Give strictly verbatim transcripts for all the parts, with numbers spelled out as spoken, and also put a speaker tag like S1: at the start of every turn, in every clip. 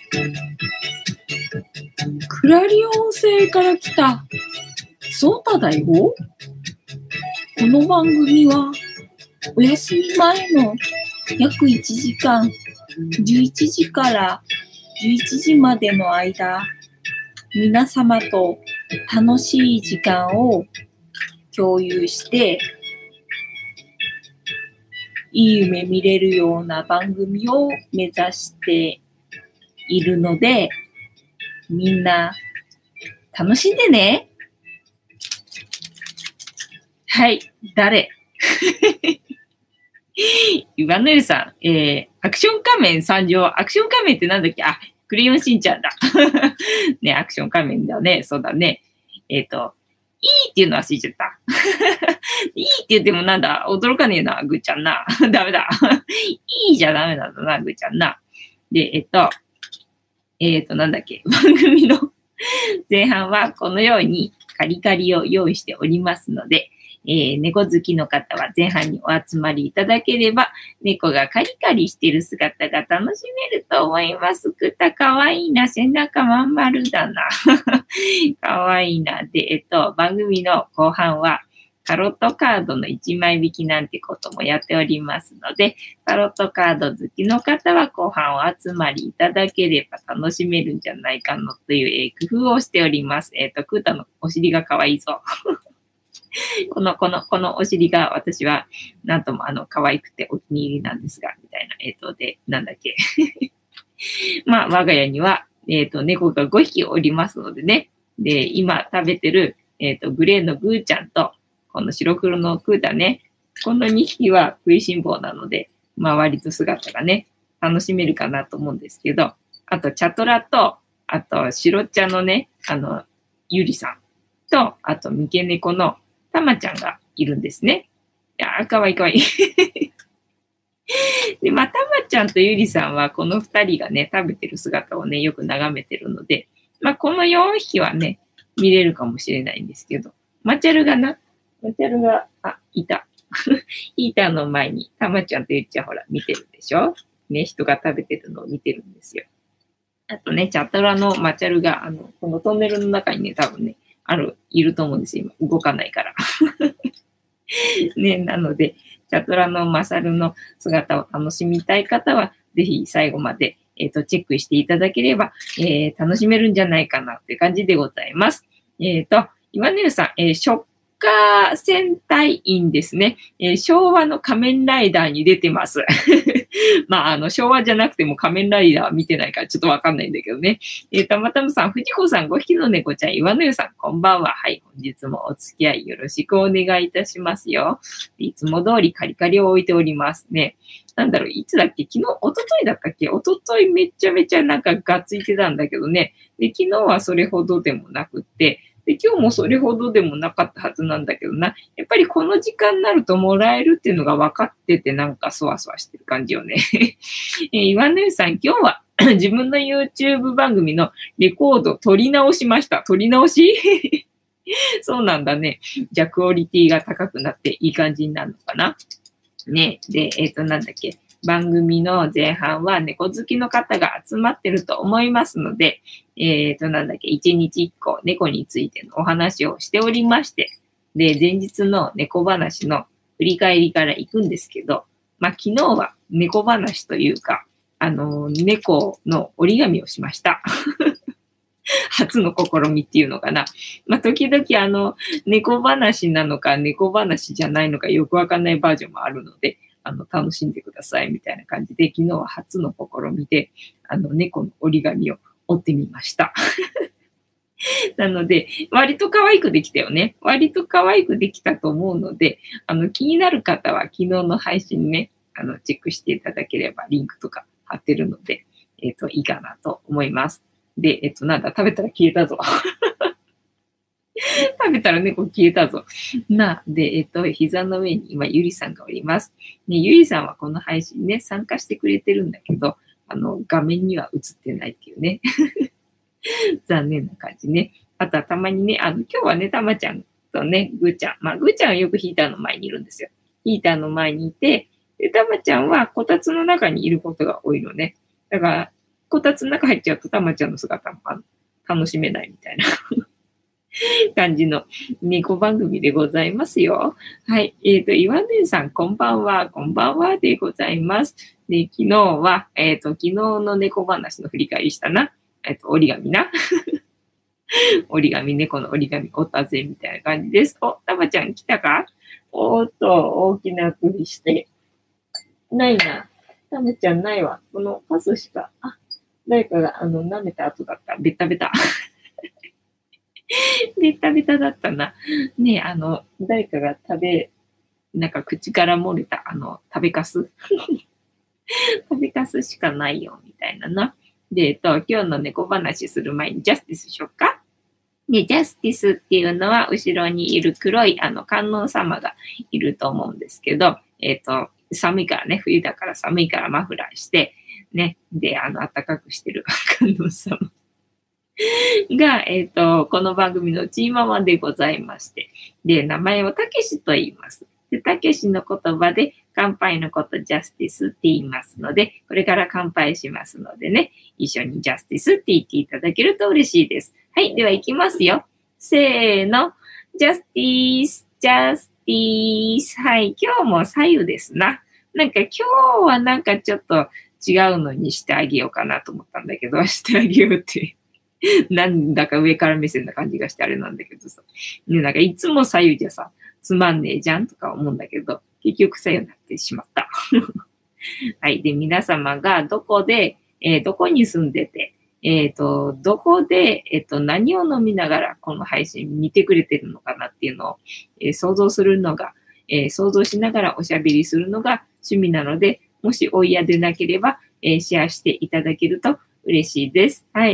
S1: クラリ音声から来たソータだよ。この番組はお休み前の約いちじかん、じゅういちじからじゅういちじまでの間、皆様と楽しい時間を共有して、いい夢見れるような番組を目指しているので、みんな楽しんでね。はい、誰岩野湯さん、えー、アクション仮面参上。アクション仮面ってなんだっけ？あ、クレヨンしんちゃんだ。ね、アクション仮面だね。そうだね。えっと、いいっていうのは忘れちゃった。いいって言ってもなんだ、驚かねえな、ぐーちゃんな。ダメだ。いいじゃダメなんだな、ぐーちゃんな。で、えっと、えっと、なんだっけ、番組の前半はこのようにカリカリを用意しておりますので、えー、猫好きの方は前半にお集まりいただければ、猫がカリカリしている姿が楽しめると思います。くたかわいいな、背中まん丸だな。かわいいな。で、えっと、番組の後半は、タロットカードのいちまい引きなんてこともやっておりますので、タロットカード好きの方は後半お集まりいただければ楽しめるんじゃないかなという、えー、工夫をしております。えっと、クータのお尻がかわいいぞ。この、この、このお尻が私は、なんともあの、可愛くてお気に入りなんですが、みたいな、えっと、で、なんだっけ。まあ、我が家には、えっと、猫がごひきおりますのでね。で、今食べてる、えっと、グレーのグーちゃんと、この白黒のクータね。このにひきは食いしん坊なので、まあ割と姿がね、楽しめるかなと思うんですけど、あとチャトラと、あと白茶のね、あの、ゆりさんと、あと三毛猫のたまちゃんがいるんですね。いやー、かわいいかわいい。で、まあ、たまちゃんとゆりさんはこのふたりがね、食べてる姿をね、よく眺めてるので、まあ、このよんひきはね、見れるかもしれないんですけど、マチャルがな、マチャルが、あ、いた。ヒーターの前に、たまちゃんとゆっちゃんほら、見てるでしょ？ね、人が食べてるのを見てるんですよ。あとね、チャトラのマチャルが、あの、このトンネルの中にね、多分ね、ある、いると思うんですよ。今、動かないから。ね、なので、チャトラのマサルの姿を楽しみたい方は、ぜひ最後まで、えっと、チェックしていただければ、えー、楽しめるんじゃないかなっていう感じでございます。えっと、今ねるさん、えー、ショッカー戦隊員ですね、えー。昭和の仮面ライダーに出てます。まあ、あの、昭和じゃなくても仮面ライダーは見てないからちょっとわかんないんだけどね。えー、たまたまさん、藤子さん、ごひきの猫ちゃん、岩野湯さん、こんばんは。はい、本日もお付き合いよろしくお願いいたしますよ。いつも通りカリカリを置いておりますね。なんだろう、いつだっけ？昨日、おとといだったっけ？おとといめちゃめちゃなんかがっついてたんだけどね。で、昨日はそれほどでもなくって、で、今日もそれほどでもなかったはずなんだけどな。やっぱりこの時間になるともらえるっていうのが分かってて、なんかそわそわしてる感じよね。えー、岩根さん、今日は自分の YouTube 番組のレコード撮り直しました。撮り直しそうなんだね。じゃあクオリティが高くなっていい感じになるのかな。ね。で、えっと、なんだっけ。番組の前半は猫好きの方が集まってると思いますので、えっと、なんだっけ、一日一個猫についてのお話をしておりまして、で、前日の猫話の振り返りから行くんですけど、まあ、昨日は猫話というか、あの、猫の折り紙をしました。初の試みっていうのかな。まあ、時々あの、猫話なのか猫話じゃないのかよくわかんないバージョンもあるので、あの、楽しんでくださいみたいな感じで、昨日は初の試みで、あの、猫の折り紙を折ってみました。なので、割と可愛くできたよね。割と可愛くできたと思うので、あの、気になる方は昨日の配信ね、あの、チェックしていただければリンクとか貼ってるので、えっと、いいかなと思います。で、えっと、なんだ、食べたら消えたぞ。食べたら猫消えたぞ。な、で、えっと、膝の上に今、ゆりさんがおります。ね、ゆりさんはこの配信ね、参加してくれてるんだけど、あの、画面には映ってないっていうね。残念な感じね。あとはたまにね、あの、今日はね、たまちゃんとね、ぐーちゃん。まあ、ぐーちゃんはよくヒーターの前にいるんですよ。ヒーターの前にいて、で、たまちゃんはこたつの中にいることが多いのね。だから、 こたつの中入っちゃうとたまちゃんの姿もあの楽しめないみたいな感じの猫番組でございますよ。はい。えっ、ー、と、岩根さん、こんばんは、こんばんはでございます。で、昨日は、えっ、ー、と、昨日の猫話の振り返りしたな。えっ、ー、と、折り紙な。折り紙、猫の折り紙、おたぜみたいな感じです。お、たまちゃん来たか？おーっと、大きな首して。ないな。たまちゃんないわ。このパスしか、あ、誰かが、あの、舐めた後だった。ベタベタ。ベタベタだったな。ねえ、あの、誰かが食べ、なんか口から漏れた、あの、食べかす食べかすしかないよ、みたいなな。で、えっと、今日の猫話する前にジャスティスしよっか。で、ジャスティスっていうのは、後ろにいる黒い、あの、観音様がいると思うんですけど、えっと、寒いからね、冬だから寒いからマフラーして、ね、で、あの、暖かくしてる観音様。が、えっと、この番組のチーママでございまして、で、名前をたけしと言います。で、たけしの言葉で乾杯のことジャスティスって言いますので、これから乾杯しますのでね、一緒にジャスティスって言っていただけると嬉しいです。はい、では行きますよ。せーの、ジャスティス、ジャスティス。はい、今日も左右ですな。なんか今日はなんかちょっと違うのにしてあげようかなと思ったんだけど、してあげようって。なんだか上から目線な感じがしてあれなんだけどさ。ね、なんかいつも左右じゃさ、つまんねえじゃんとか思うんだけど、結局左右になってしまった。はい。で、皆様がどこで、えー、どこに住んでて、えっと、どこで、えっと、何を飲みながらこの配信見てくれてるのかなっていうのを、えー、想像するのが、えー、想像しながらおしゃべりするのが趣味なので、もしお嫌でなければ、えー、シェアしていただけると嬉しいです。はい。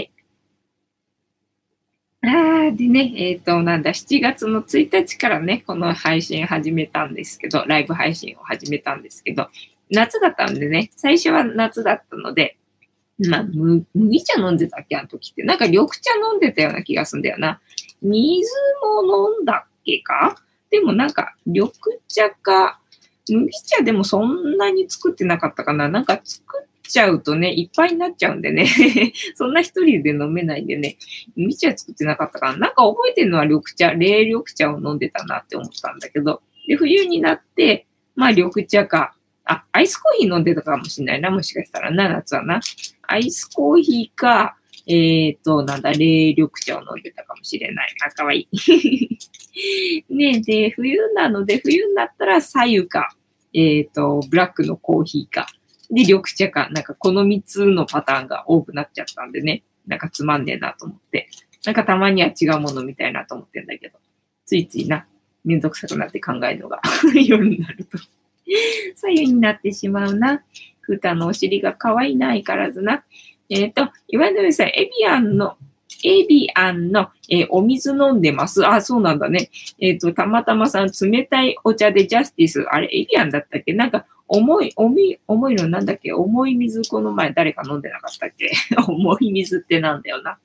S1: あーでね、えっと、なんだ、しちがつのついたちからね、この配信始めたんですけど、ライブ配信を始めたんですけど、夏だったんでね、最初は夏だったので、まあ、む麦茶飲んでたっけあの時って。なんか緑茶飲んでたような気がするんだよな。水も飲んだっけか？でもなんか緑茶か、麦茶でもそんなに作ってなかったかな。なんか作っちゃうとね、いっぱいになっちゃうんでね。そんな一人で飲めないんでね。麦茶作ってなかったかな。なんか覚えてるのは緑茶、冷緑茶を飲んでたなって思ったんだけど。で、冬になって、まあ緑茶か。あ、アイスコーヒー飲んでたかもしれないな。もしかしたらな、夏はな。アイスコーヒーか、えっと、なんだ、冷緑茶を飲んでたかもしれない。あ、かわいい。ねで、冬なので、冬になったら、左右か、えっと、ブラックのコーヒーか、で、緑茶か、なんかこのみっつのパターンが多くなっちゃったんでね、なんかつまんねえなと思って、なんかたまには違うものみたいなと思ってんだけど、ついついな、めんどくさくなって考えるのが夜になると。左右になってしまうな。ふーたんのお尻が可愛いな、相変わらずな。えっ、ー、と、いわゆるさ、エビアンの、エビアンの、えー、お水飲んでます。あ、そうなんだね。えっ、ー、と、たまたまさん、冷たいお茶でジャスティス。あれ、エビアンだったっけ？なんか、重い、重い、重いのなんだっけ？重い水、この前誰か飲んでなかったっけ？重い水ってなんだよな。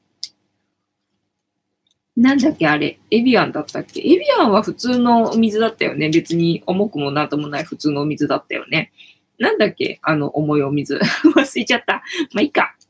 S1: なんだっけあれ、エビアンだったっけ？エビアンは普通のお水だったよね。別に重くもなんともない普通のお水だったよね。なんだっけあの重いお水。忘れちゃった。まあいいか。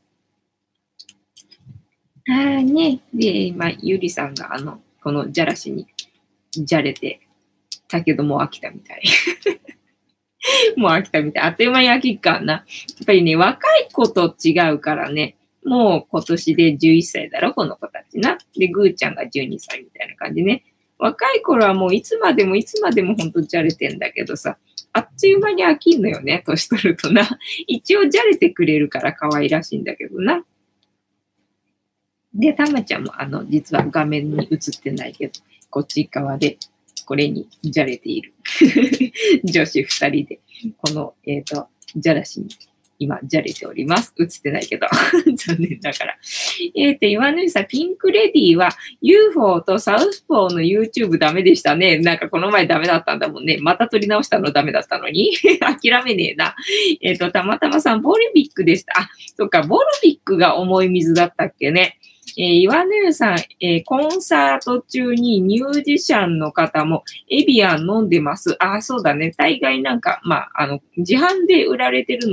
S1: あーね。で、まあ、ゆりさんがあの、このじゃらしにじゃれてたけどもう飽きたみたい。もう飽きたみたい。あっという間に飽きっかな。やっぱりね、若い子と違うからね。もう今年でじゅういっさいだろ、この子たちな。で、ぐーちゃんがじゅうにさいみたいな感じね。若い頃はもういつまでもいつまでもほんとじゃれてんだけどさ、あっという間に飽きんのよね、年取るとな。一応じゃれてくれるから可愛らしいんだけどな。で、たまちゃんもあの、実は画面に映ってないけど、こっち側でこれにじゃれている。女子二人で、この、えっと、じゃらしに今、じゃれております。映ってないけど。残念だから。えっと、岩根さん、ピンクレディーは ユーフォー とサウスポーの YouTube ダメでしたね。なんかこの前ダメだったんだもんね。また撮り直したのダメだったのに。諦めねえな。えっと、たまたまさん、ボルビックでした。あ、そっか、ボルビックが重い水だったっけね。えー、岩根さん、えー、コンサート中にミュージシャンの方もエビアン飲んでます。あ、そうだね。大概なんか、まあ、あの、自販で売られてるのが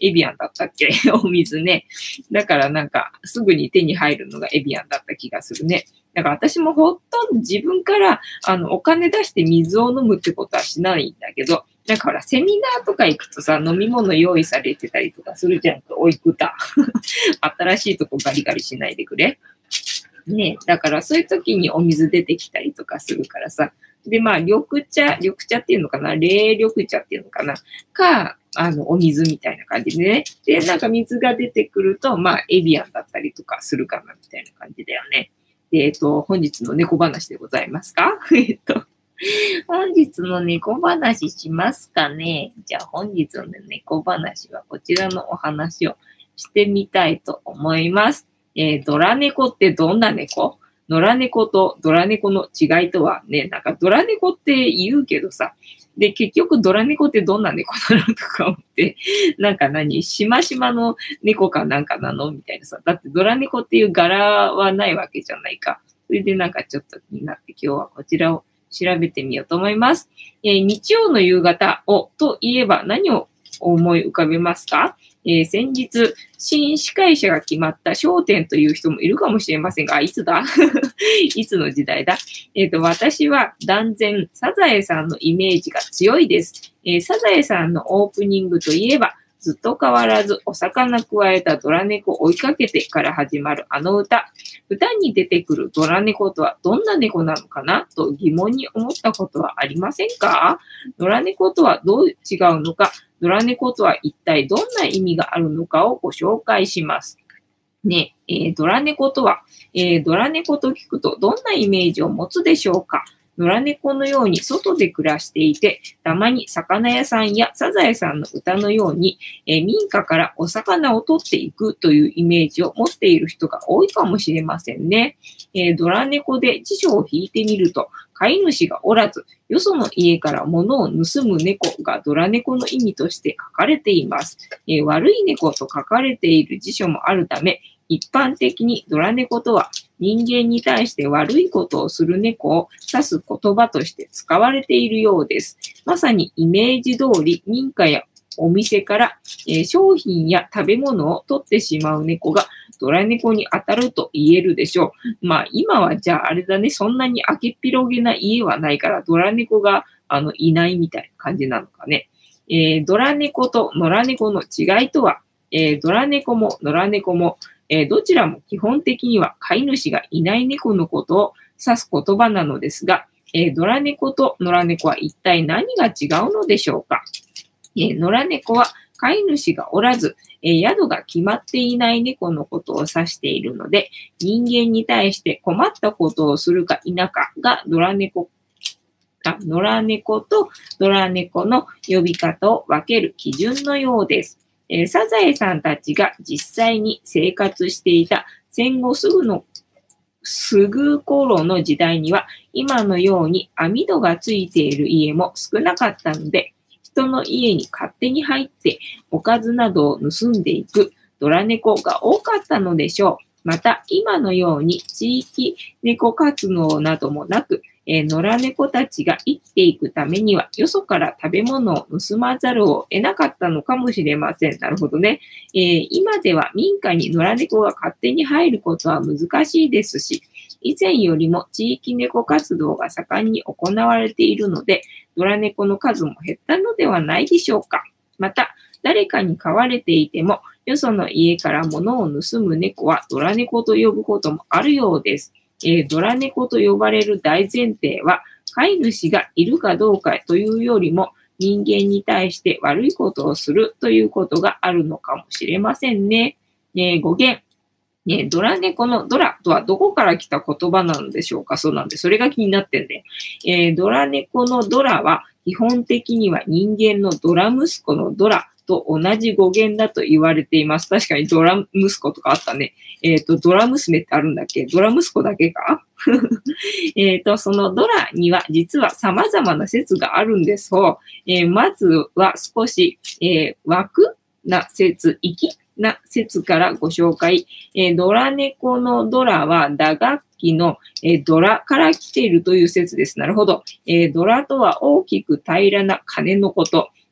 S1: エビアンだったっけお水ね。だからなんか、すぐに手に入るのがエビアンだった気がするね。だから私もほとんど自分から、あの、お金出して水を飲むってことはしないんだけど、なんかほら、セミナーとか行くとさ、飲み物用意されてたりとかするじゃんか。おいくた。新しいとこガリガリしないでくれ。ね、だからそういう時にお水出てきたりとかするからさ。で、まあ、緑茶、緑茶っていうのかな、冷緑茶っていうのかな、か、あの、お水みたいな感じでね。で、なんか水が出てくると、まあ、エビアンだったりとかするかな、みたいな感じだよね。で、えっと、本日の猫話でございますかえっと、本日の猫話しますかね。じゃあ、本日の猫話はこちらのお話をしてみたいと思います。えー、ドラ猫ってどんな猫？野良猫とドラ猫の違いとはね、なんかドラ猫って言うけどさ、で、結局ドラ猫ってどんな猫なのとか思って、なんか何、しましまの猫かなんかなのみたいなさ。だってドラ猫っていう柄はないわけじゃないか。それでなんかちょっと気になって今日はこちらを調べてみようと思います。えー、日曜の夕方をといえば何を思い浮かべますか？えー、先日、新司会者が決まった笑点という人もいるかもしれませんが、いつだいつの時代だえっと、私は断然、サザエさんのイメージが強いです。えー、サザエさんのオープニングといえば、ずっと変わらずお魚くわえたドラ猫追いかけてから始まるあの歌。歌に出てくるドラ猫とはどんな猫なのかなと疑問に思ったことはありませんか？ドラ猫とはどう違うのか、ドラ猫とは一体どんな意味があるのかをご紹介します。ね、えー、ドラ猫とは、えー、ドラ猫と聞くとどんなイメージを持つでしょうか？野良猫のように外で暮らしていて、たまに魚屋さんやサザエさんの歌のように、えー、民家からお魚を取っていくというイメージを持っている人が多いかもしれませんね。えー、ドラ猫で辞書を引いてみると、飼い主がおらず、よその家から物を盗む猫がドラ猫の意味として書かれています。えー、悪い猫と書かれている辞書もあるため、一般的にドラ猫とは人間に対して悪いことをする猫を指す言葉として使われているようです。まさにイメージ通り民家やお店から、えー、商品や食べ物を取ってしまう猫がドラ猫に当たると言えるでしょう。まあ今はじゃああれだね、そんなに明けっぴろげな家はないからドラ猫があのいないみたいな感じなのかね。えー、ドラ猫と野良猫の違いとは、えー、ドラ猫も野良猫もえー、どちらも基本的には飼い主がいない猫のことを指す言葉なのですが、えー、ドラ猫と野良猫は一体何が違うのでしょうか？えー、野良猫は飼い主がおらず、えー、宿が決まっていない猫のことを指しているので、人間に対して困ったことをするか否かがドラ猫あ野良猫とドラ猫の呼び方を分ける基準のようです。えー、サザエさんたちが実際に生活していた戦後すぐの、すぐ頃の時代には、今のように網戸がついている家も少なかったので、人の家に勝手に入っておかずなどを盗んでいくドラ猫が多かったのでしょう。また、今のように地域猫活動などもなく、えー、野良猫たちが生きていくためには、よそから食べ物を盗まざるを得なかったのかもしれません。なるほどね。えー、今では民家に野良猫が勝手に入ることは難しいですし、以前よりも地域猫活動が盛んに行われているので、野良猫の数も減ったのではないでしょうか。また、誰かに飼われていても、よその家から物を盗む猫はドラ猫と呼ぶこともあるようです。えー、ドラ猫と呼ばれる大前提は、飼い主がいるかどうかというよりも、人間に対して悪いことをするということがあるのかもしれませんね。えー、語源。ね、ドラ猫のドラとはどこから来た言葉なのでしょうか？そうなんで、それが気になってんで、えー、ドラ猫のドラは基本的には人間のドラ息子のドラと同じ語源だと言われています。確かにドラ息子とかあったね。えっと、ドラ娘ってあるんだっけ？ドラ息子だけかえっと、そのドラには実は様々な説があるんですが、えー、まずは少し、えー、枠な説、域な説からご紹介。えー、ドラ猫のドラは打楽器の、えー、ドラから来ているという説です。なるほど。えー、ドラとは大きく平らな鐘のこと。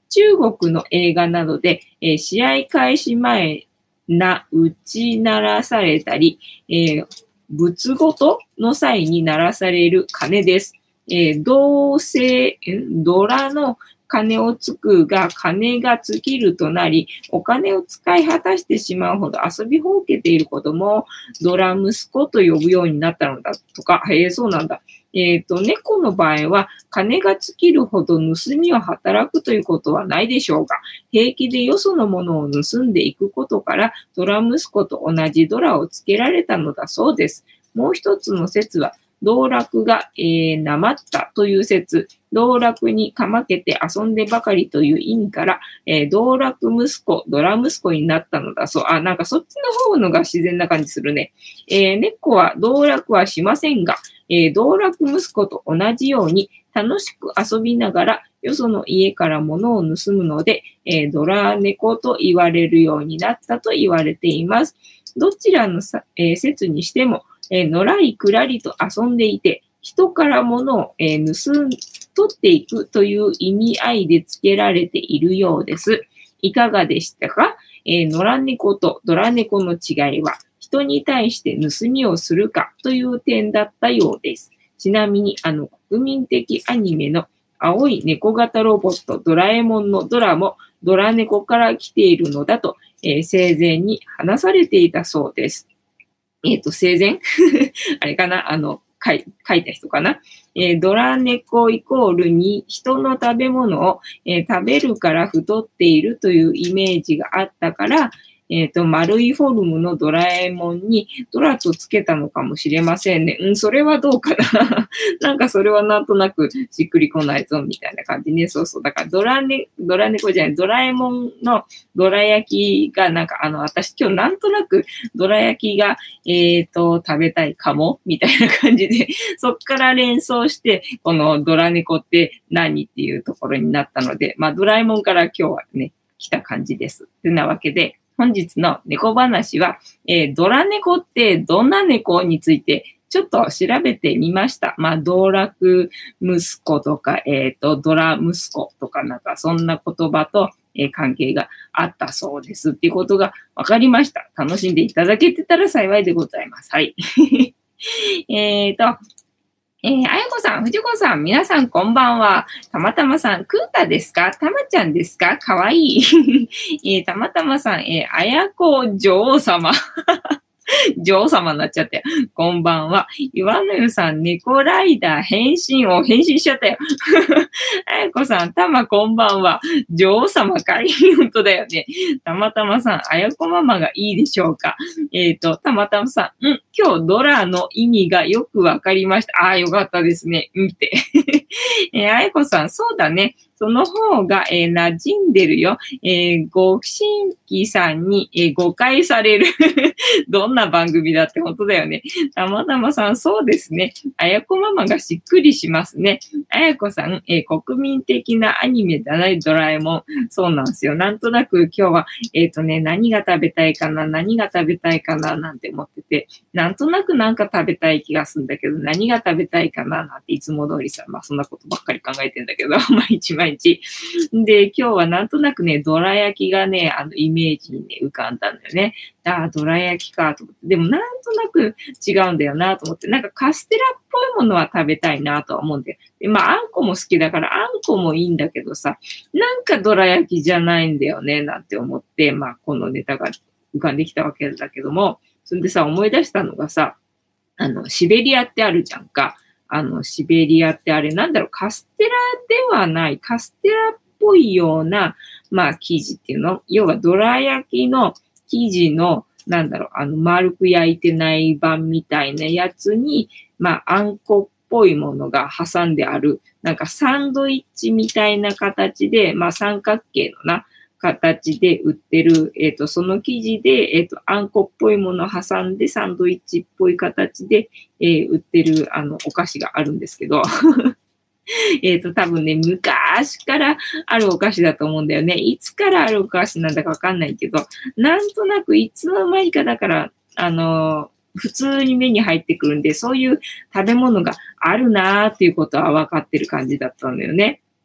S1: 中国の映画などで、えー試合開始前な打ち鳴らされたり、えー仏ごとの際に鳴らされる鐘です。えー、銅製、ドラの鐘をつくが、鐘が尽きるとなり、お金を使い果たしてしまうほど遊びほうけている子供をドラ息子と呼ぶようになったのだとか、へえ、そうなんだ。えっと、猫の場合は、金が尽きるほど盗みを働くということはないでしょうが、平気でよそのものを盗んでいくことから、ドラ息子と同じドラをつけられたのだそうです。もう一つの説は、道楽が、えー、なまったという説、道楽にかまけて遊んでばかりという意味から、えー、道楽息子、ドラ息子になったのだそう。あ、なんかそっちの方のが自然な感じするね。えー、猫は道楽はしませんが、えー、道楽息子と同じように楽しく遊びながらよその家から物を盗むので、えー、ドラ猫と言われるようになったと言われています。どちらのさ、えー、説にしても、えー、のらりくらりと遊んでいて、人から物を、えー、盗ん、取っていくという意味合いで付けられているようです。いかがでしたか？えー、野良猫とドラ猫の違いは、人に対して盗みをするかという点だったようです。ちなみに、あの、国民的アニメの青い猫型ロボットドラえもんのドラもドラ猫から来ているのだと、えー、生前に話されていたそうです。えっと、生前あれかなあの、書い、書いた人かな、えー、ドラ猫イコールに人の食べ物を、えー、食べるから太っているというイメージがあったから、えっと、丸いフォルムのドラえもんにドラとつけたのかもしれませんね。うん、それはどうかな。なんかそれはなんとなくしっくりこないぞ、みたいな感じね。そうそう。だからドラネ、ドラ猫じゃない、ドラえもんのドラ焼きが、なんかあの、私今日なんとなくドラ焼きが、えっと、食べたいかもみたいな感じで、そっから連想して、このドラ猫って何っていうところになったので、まあ、ドラえもんから今日はね、来た感じです。ってなわけで、本日の猫話は、えー、ドラ猫ってどんな猫についてちょっと調べてみました。まあ、道楽息子とか、えっと、ドラ息子とかなんかそんな言葉と、えー、関係があったそうですっていうことが分かりました。楽しんでいただけてたら幸いでございます。はい。えっと、えー、あやこさん、ふじこさん、皆さんこんばんは。たまたまさん、くーたですか？たまちゃんですか？かわいい。えー、たまたまさん、えー、あやこ女王様。女王様になっちゃったよ。こんばんは。岩の湯さん、猫ライダー変身を変身しちゃったよ。あやこさん、たまこんばんは。女王様かい？本当だよね。たまたまさん、あやこママがいいでしょうか？えっと、たまたまさん、ん、今日ドラの意味がよくわかりました。ああ、よかったですね。うんって。えー、あやこさん、そうだね。その方が、えー、馴染んでるよ。えー、ご新規さんに、えー、誤解される。どんな番組だって本当だよね。たまたまさん、そうですね。あやこママがしっくりしますね。あやこさん、えー、国民的なアニメだね、ドラえもん。そうなんですよ。なんとなく今日は、えっとね、何が食べたいかな、何が食べたいかな、なんて思ってて、なんとなくなんか食べたい気がするんだけど、何が食べたいかな、なんていつも通りさ、まあそんなことばっかり考えてんだけど、毎日毎日。で、今日はなんとなくね、どら焼きがね、あの、イメージにね、浮かんだんだよね。ああ、どら焼きか、と思って。でもなんとなく違うんだよな、と思って。なんかカステラっぽいものは食べたいな、とは思うんだよ。で、まあ、あんこも好きだから、あんこもいいんだけどさ、なんかどら焼きじゃないんだよね、なんて思って、まあ、このネタが浮かんできたわけだけども、それでさ、思い出したのがさ、あの、シベリアってあるじゃんか。あの、シベリアってあれ、なんだろう、カステラではない、カステラっぽいような、まあ、生地っていうの。要は、どら焼きの生地の、なんだろう、あの、丸く焼いてない版みたいなやつに、まあ、あんこっぽいものが挟んである、なんかサンドイッチみたいな形で、まあ、三角形のな、形で売ってる、えっと、その生地で、えっと、あんこっぽいものを挟んでサンドイッチっぽい形で、えー、売ってる、あの、お菓子があるんですけど、えっと、多分ね、昔からあるお菓子だと思うんだよね。いつからあるお菓子なんだかわかんないけど、なんとなくいつの間にかだから、あの、普通に目に入ってくるんで、そういう食べ物があるなーっていうことは分かってる感じだったんだよね。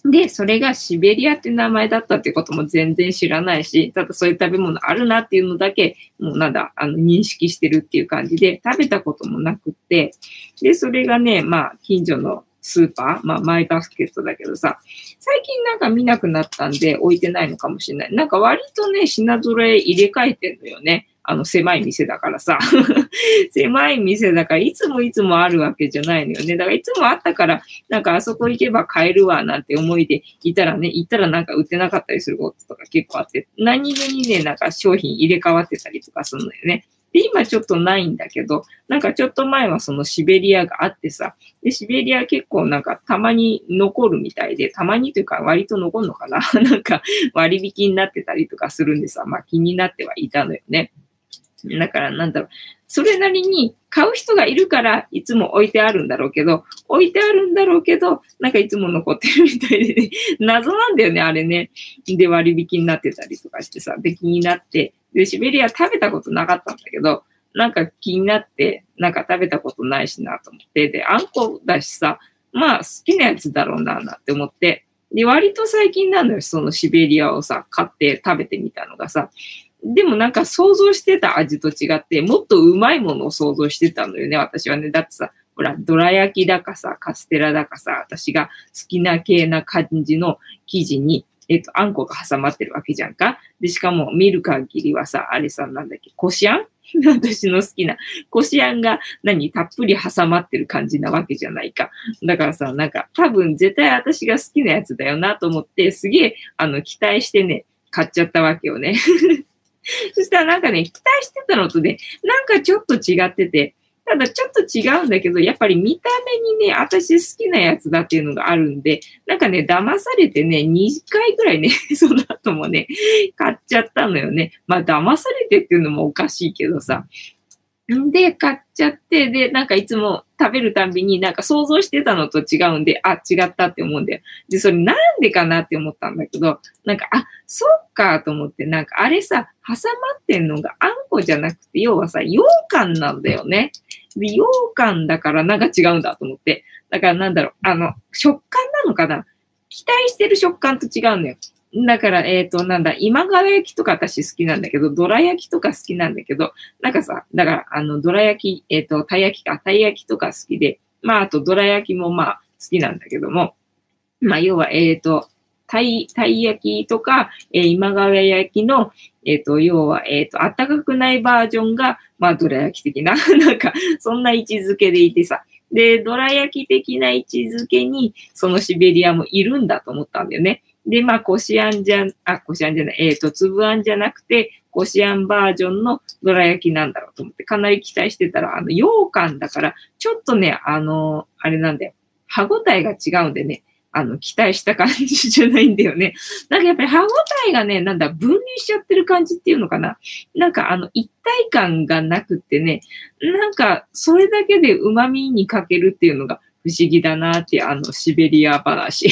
S1: で、それがシベリアって名前だったってことも全然知らないし、ただそういう食べ物あるなっていうのだけ、もうなんだ、あの、認識してるっていう感じで、食べたこともなくって、で、それがね、まあ、近所のスーパー、まあ、マイバスケットだけどさ、最近なんか見なくなったんで置いてないのかもしれない。なんか割とね、品揃え入れ替えてんのよね。あの、狭い店だからさ。狭い店だから、いつもいつもあるわけじゃないのよね。だからいつもあったから、なんかあそこ行けば買えるわ、なんて思いでいたらね、行ったらなんか売ってなかったりすることとか結構あって、何気にね、なんか商品入れ替わってたりとかするのよね。で、今ちょっとないんだけど、なんかちょっと前はそのシベリアがあってさ、で、シベリア結構なんかたまに残るみたいで、たまにというか割と残るのかななんか割引になってたりとかするんでさ、まあ気になってはいたのよね。だからなんだろう。それなりに買う人がいるからいつも置いてあるんだろうけど、置いてあるんだろうけど、なんかいつも残ってるみたいでね、謎なんだよね、あれね。で、割引になってたりとかしてさ、で、気になって、で、シベリア食べたことなかったんだけど、なんか気になって、なんか食べたことないしなと思って、で、あんこだしさ、まあ好きなやつだろうな、なんて思って、で、割と最近なのよ、そのシベリアをさ、買って食べてみたのがさ、でもなんか想像してた味と違って、もっとうまいものを想像してたのよね、私はね。だってさ、ほら、どら焼きだかさ、カステラだかさ、私が好きな系な感じの生地に、えっと、あんこが挟まってるわけじゃんか。で、しかも見る限りはさ、あれさ、なんだっけ、こしあん私の好きな。こしあんが何たっぷり挟まってる感じなわけじゃないか。だからさ、なんか多分絶対私が好きなやつだよなと思って、すげえ、あの、期待してね、買っちゃったわけよね。そしたらなんかね、期待してたのとね、なんかちょっと違ってて、ただちょっと違うんだけど、やっぱり見た目にね、私好きなやつだっていうのがあるんで、なんかね、騙されてね、にかいぐらいね、その後もね、買っちゃったのよね。まあ、騙されてっていうのもおかしいけどさ。んで、買っちゃって、で、なんかいつも食べるたんびになんか想像してたのと違うんで、あ、違ったって思うんだよ。で、それなんでかなって思ったんだけど、なんか、あ、そっかと思って、なんかあれさ、挟まってんのがあんこじゃなくて、要はさ、羊羹なんだよね。で、羊羹だからなんか違うんだと思って。だからなんだろう、あの、食感なのかな期待してる食感と違うんだよ。だから、えっと、なんだ、今川焼きとか私好きなんだけど、どら焼きとか好きなんだけど、なんかさ、だから、あの、どら焼き、えっと、たい焼きか、たい焼きとか好きで、まあ、あと、どら焼きもまあ、好きなんだけども、まあ、要は、えっと、たい、たい焼きとか、えー、今川焼きの、えっと、要は、えっと、あったかくないバージョンが、まあ、どら焼き的な、なんか、そんな位置づけでいてさ、で、どら焼き的な位置づけに、そのシベリアもいるんだと思ったんだよね。で、まあ、こしあんじゃん、あ、こしあんじゃない、えっと、粒あんじゃなくて、こしあんバージョンのどら焼きなんだろうと思って、かなり期待してたら、あの、羊羹だから、ちょっとね、あの、あれなんだよ。歯ごたえが違うんでね、あの、期待した感じじゃないんだよね。なんかやっぱり歯ごたえがね、なんだ、分離しちゃってる感じっていうのかな。なんかあの、一体感がなくってね、なんか、それだけで旨味に欠けるっていうのが不思議だなっていう、あの、シベリア話。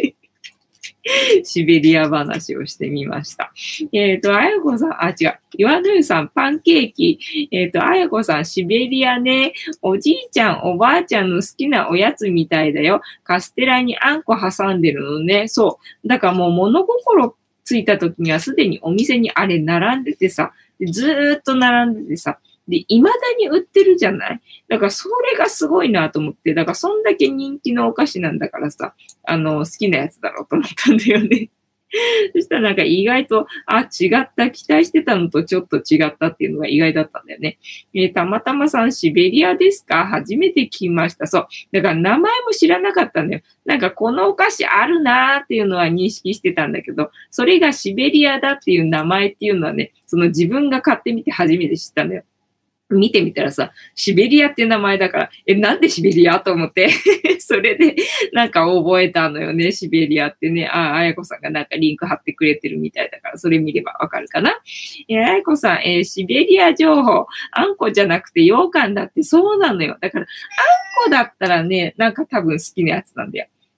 S1: シベリア話をしてみました。えっ、ー、と、あやこさん、あ、違う。岩野湯さん、パンケーキ。えっ、ー、と、あやこさん、シベリアね。おじいちゃん、おばあちゃんの好きなおやつみたいだよ。カステラにあんこ挟んでるのね。そう。だからもう物心ついた時にはすでにお店にあれ並んでてさ、ずーっと並んでてさ、で、未だに売ってるじゃない。だからそれがすごいなと思って、だからそんだけ人気のお菓子なんだからさ、あの、好きなやつだろうと思ったんだよね。そしたらなんか意外と、あ、違った、期待してたのとちょっと違ったっていうのが意外だったんだよね。えー、たまたまさん、シベリアですか？初めて聞きました。そう。だから名前も知らなかったんだよ。なんかこのお菓子あるなーっていうのは認識してたんだけど、それがシベリアだっていう名前っていうのはね、その自分が買ってみて初めて知ったんだよ。見てみたらさ、シベリアっていう名前だから、え、なんでシベリアと思って、それでなんか覚えたのよね、シベリアってね。ああ、あやこさんがなんかリンク貼ってくれてるみたいだから、それ見ればわかるかな。えー、あやこさん、えー、シベリア情報、あんこじゃなくて羊羹だってそうなのよ。だから、あんこだったらね、なんか多分好きなやつなんだよ。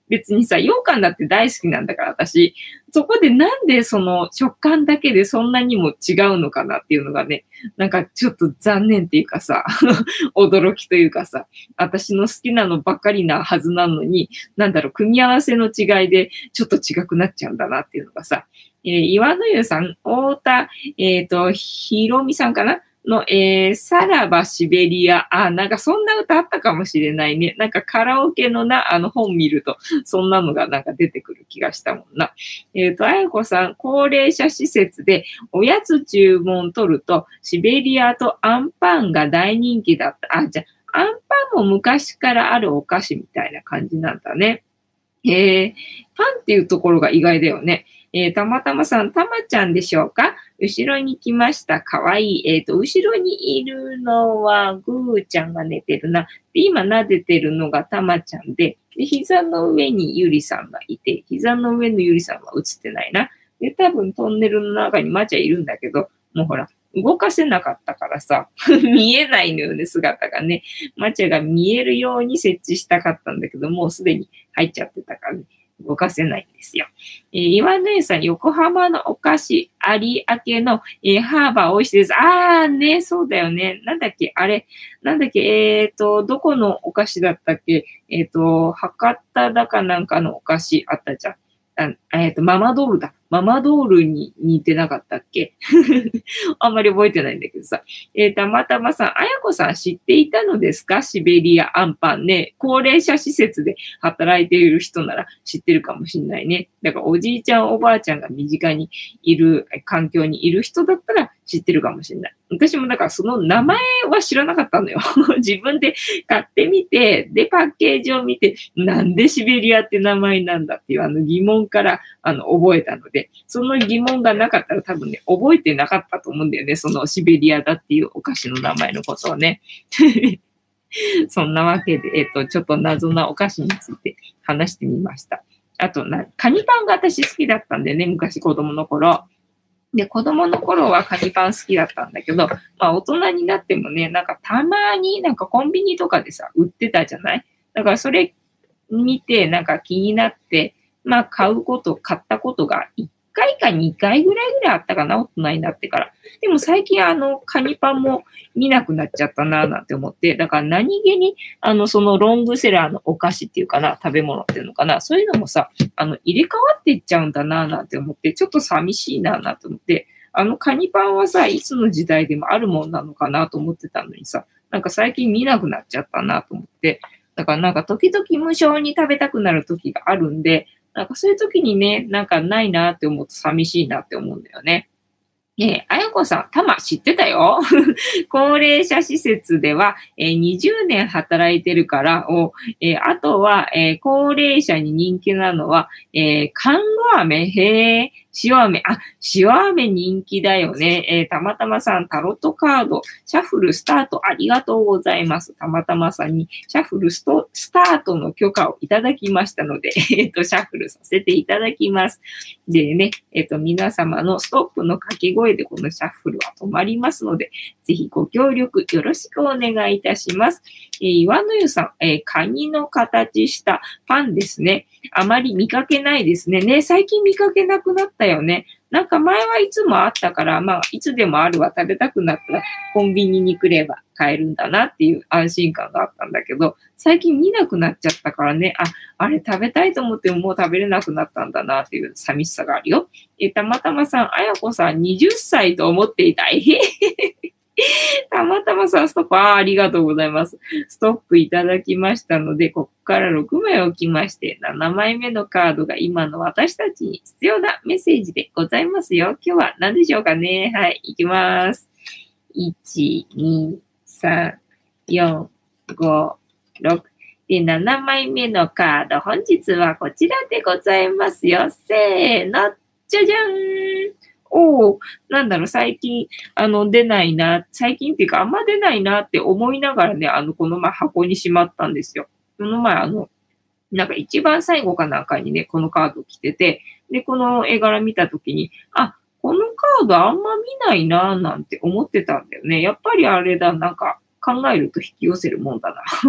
S1: 別にさ、羊羹だって大好きなんだから、私。そこでなんでその食感だけでそんなにも違うのかなっていうのがね、なんかちょっと残念っていうかさ、驚きというかさ、私の好きなのばっかりなはずなのに、なんだろう、組み合わせの違いでちょっと違くなっちゃうんだなっていうのがさ、えー、岩の湯さん、太田、えっ、ー、と、ひろみさんかなの、えー、さらばシベリア。あ、なんかそんな歌あったかもしれないね。なんかカラオケのな、あの本見ると、そんなのがなんか出てくる気がしたもんな。えっ、ー、と、あやこさん、高齢者施設でおやつ注文取ると、シベリアとアンパンが大人気だった。あ、じゃあ、アンパンも昔からあるお菓子みたいな感じなんだね。へえ、パンっていうところが意外だよね。えー、たまたまさん、たまちゃんでしょうか？後ろに来ました。かわいい。えっ、ー、と、後ろにいるのは、ぐーちゃんが寝てるな。で、今撫でてるのがたまちゃんで、で、膝の上にゆりさんがいて、膝の上のゆりさんは映ってないな。で、多分トンネルの中にまちゃいるんだけど、もうほら、動かせなかったからさ、見えないのよね、姿がね。マチャが見えるように設置したかったんだけど、もうすでに入っちゃってたからね、動かせないんですよ。えー、岩根さん、横浜のお菓子、有明の、えー、ハーバー美味しいです。あーね、そうだよね。なんだっけ、あれ、なんだっけ、えっ、ー、と、どこのお菓子だったっけ、えっ、ー、と、博多だかなんかのお菓子あったじゃん。あえっ、ー、と、ママドールだ。ママドールに似てなかったっけあんまり覚えてないんだけどさ。えー、たまたまさん、あやこさん知っていたのですか？シベリアアンパンね。高齢者施設で働いている人なら知ってるかもしれないね。だからおじいちゃんおばあちゃんが身近にいる、環境にいる人だったら知ってるかもしれない。私もだからその名前は知らなかったのよ。自分で買ってみて、で、パッケージを見て、なんでシベリアって名前なんだっていうあの疑問からあの覚えたので、その疑問がなかったら多分ね、覚えてなかったと思うんだよね。そのシベリアだっていうお菓子の名前のことをね。そんなわけで、えっと、ちょっと謎なお菓子について話してみました。あとな、カニパンが私好きだったんだよね、昔子供の頃。で、子供の頃はカニパン好きだったんだけど、まあ大人になってもね、なんかたまになんかコンビニとかでさ、売ってたじゃない？だからそれ見てなんか気になって、まあ買うこと、買ったことがいっかいかにかいぐらいぐらいあったかな、大人になってから。でも最近あのカニパンも見なくなっちゃったななんて思って、だから何気にあのそのロングセラーのお菓子っていうかな、食べ物っていうのかな、そういうのもさ、あの入れ替わっていっちゃうんだななんて思って、ちょっと寂しいななんて思って、あのカニパンはさ、いつの時代でもあるもんなのかなと思ってたのにさ、なんか最近見なくなっちゃったなと思って、だからなんか時々無償に食べたくなる時があるんで、なんかそういう時にね、なんかないなって思うと寂しいなって思うんだよね。ねえ、あやこさん、たま知ってたよ。高齢者施設では、えー、にじゅうねん働いてるからお、えー、あとは、えー、高齢者に人気なのは、えー、看護飴、へえ、塩飴、あ、塩飴人気だよね。えー、たまたまさん、タロットカード、シャッフルスタートありがとうございます。たまたまさんに、シャッフルストスタートの許可をいただきましたので、えっと、シャッフルさせていただきます。でね、えっと、皆様のストップの掛け声でこのシャッフルは止まりますので、ぜひご協力よろしくお願いいたします。えー、岩の湯さん、えー、カニの形したパンですね。あまり見かけないですね。ね、最近見かけなくなったよね。なんか前はいつもあったから、まあ、いつでもあるわ、食べたくなったらコンビニに来れば買えるんだなっていう安心感があったんだけど、最近見なくなっちゃったからね、あ、あれ食べたいと思ってももう食べれなくなったんだなっていう寂しさがあるよ。え、たまたまさん、あやこさんはたちと思っていた。えへへへ。たまたまさん、ストップ、あ、ありがとうございます。ストップいただきましたので、ここからろくまい置きまして、ななまいめのカードが今の私たちに必要なメッセージでございますよ。今日は何でしょうかね。はい、いきます。いち、に、さん、よん、ご、ろく。で、ななまいめのカード、本日はこちらでございますよ。せーの、じゃじゃーん。おー、なんだろう、最近、あの、出ないな、最近っていうか、あんま出ないなって思いながらね、あの、この前箱にしまったんですよ。この前、あの、なんか一番最後かなんかにね、このカード来てて、で、この絵柄見たときに、あ、このカードあんま見ないなーなんて思ってたんだよね。やっぱりあれだ、なんか考えると引き寄せるもんだな。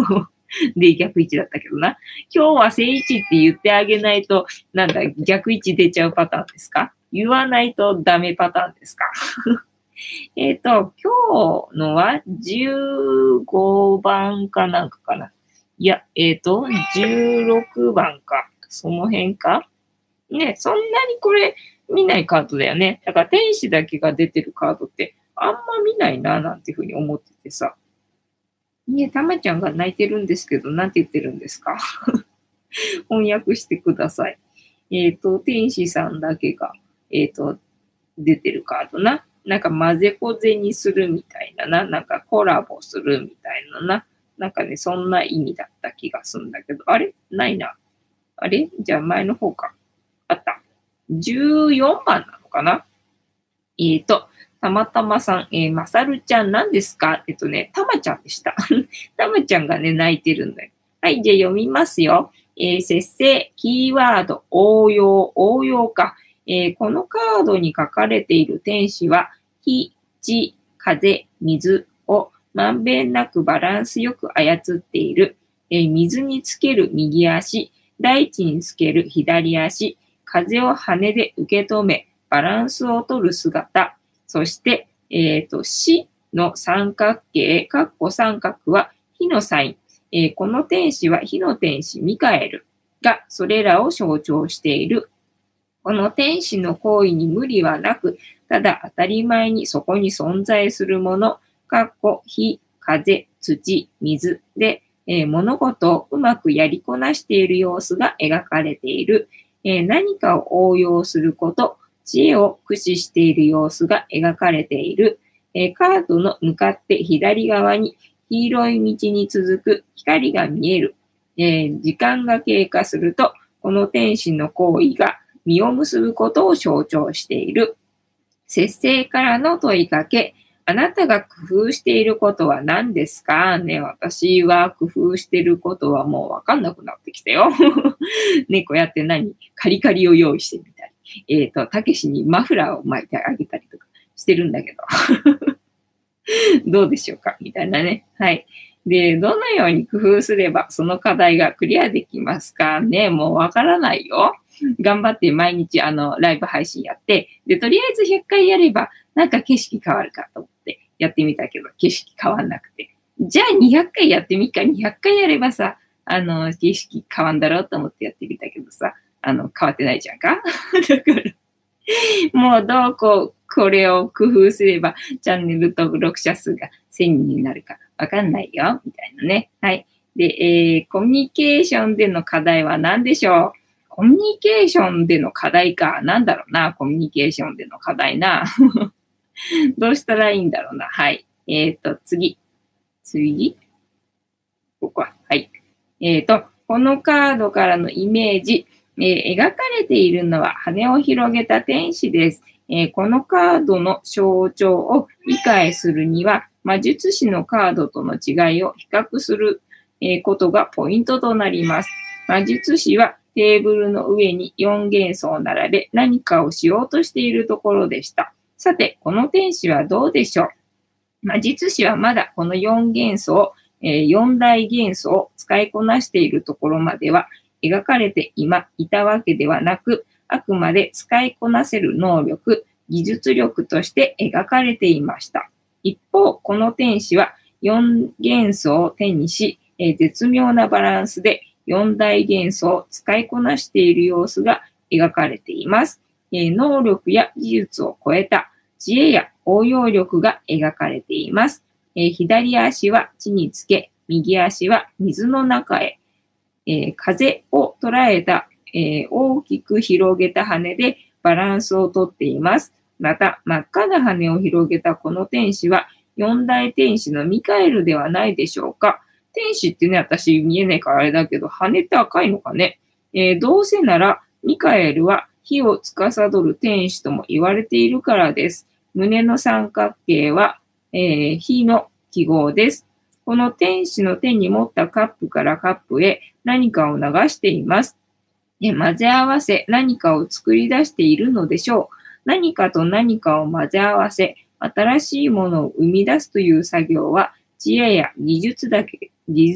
S1: で、逆位置だったけどな。今日は正位置って言ってあげないと、なんだ、逆位置出ちゃうパターンですか？言わないとダメパターンですか？えっと、今日のはじゅうごばんかなんかかな。いや、えっと、じゅうろくばんか。その辺かね、そんなにこれ見ないカードだよね。だから天使だけが出てるカードってあんま見ないな、なんていうふうに思っててさ。ね、たまちゃんが泣いてるんですけど、なんて言ってるんですか？翻訳してください。えっと、天使さんだけが、えっと、出てるカードな。なんか混ぜこぜにするみたいなな。なんかコラボするみたいなな。なんかね、そんな意味だった気がするんだけど、あれないな。あれじゃあ前の方か。あった。じゅうよんばんなのかな。えっと、たまたまさん、えー、まさるちゃん何ですか？えっとね、たまちゃんでした。たまちゃんがね、泣いてるんだよ。はい、じゃあ読みますよ。えー、節制、キーワード、応用、応用か。えー、このカードに書かれている天使は、火、地、風、水をまんべんなくバランスよく操っている。えー、水につける右足、大地につける左足、風を羽で受け止め、バランスを取る姿。そして、えっと、死の三角形、かっこ三角は火のサイン。えー、この天使は火の天使ミカエルがそれらを象徴している。この天使の行為に無理はなく、ただ当たり前にそこに存在するもの、かっこ火、風、土、水で、えー、物事をうまくやりこなしている様子が描かれている。えー、何かを応用すること、知恵を駆使している様子が描かれている。えー、カードの向かって左側に黄色い道に続く光が見える。えー、時間が経過すると、この天使の行為が実を結ぶことを象徴している。節制からの問いかけ。あなたが工夫していることは何ですかね、私は工夫していることはもうわかんなくなってきたよ。猫やって何カリカリを用意してみたり。えっと、たけしにマフラーを巻いてあげたりとかしてるんだけど。どうでしょうかみたいなね。はい。で、どのように工夫すればその課題がクリアできますかね、もうわからないよ。頑張って毎日あのライブ配信やって、で、とりあえずひゃっかいやればなんか景色変わるかと思ってやってみたけど、景色変わんなくて。じゃあにひゃっかいやってみっか、にひゃっかいやればさ、あの、景色変わんだろうと思ってやってみたけどさ、あの、変わってないじゃんかだから、もうどうこう、これを工夫すればチャンネル登録者数がせんにんになるかわかんないよ、みたいなね。はい。で、えー、コミュニケーションでの課題は何でしょう？コミュニケーションでの課題か。なんだろうな、コミュニケーションでの課題な。どうしたらいいんだろうな。はい。えっと、次。次ここは。はい。えっと、このカードからのイメージ。えー、描かれているのは羽を広げた天使です。えー、このカードの象徴を理解するには、魔術師のカードとの違いを比較する、えー、ことがポイントとなります。魔術師はテーブルの上によん元素を並べ何かをしようとしているところでした。さて、この天使はどうでしょう？魔術師はまだこのよん元素を、えー、よん大元素を使いこなしているところまでは描かれて今いたわけではなく、あくまで使いこなせる能力、技術力として描かれていました。一方、この天使はよん元素を手にし、えー、絶妙なバランスでよん大元素を使いこなしている様子が描かれています。えー、能力や技術を超えた知恵や応用力が描かれています。えー、左足は地につけ、右足は水の中へ。えー、風を捉えた、えー、大きく広げた羽でバランスをとっています。また、真っ赤な羽を広げたこの天使は、四大天使のミカエルではないでしょうか。天使ってね、私見えないからあれだけど、羽って赤いのかね。えー、どうせなら、ミカエルは火を司る天使とも言われているからです。胸の三角形は、えー、火の記号です。この天使の手に持ったカップからカップへ何かを流しています。混ぜ合わせ何かを作り出しているのでしょう。何かと何かを混ぜ合わせ、新しいものを生み出すという作業は知恵や技術だけ、技術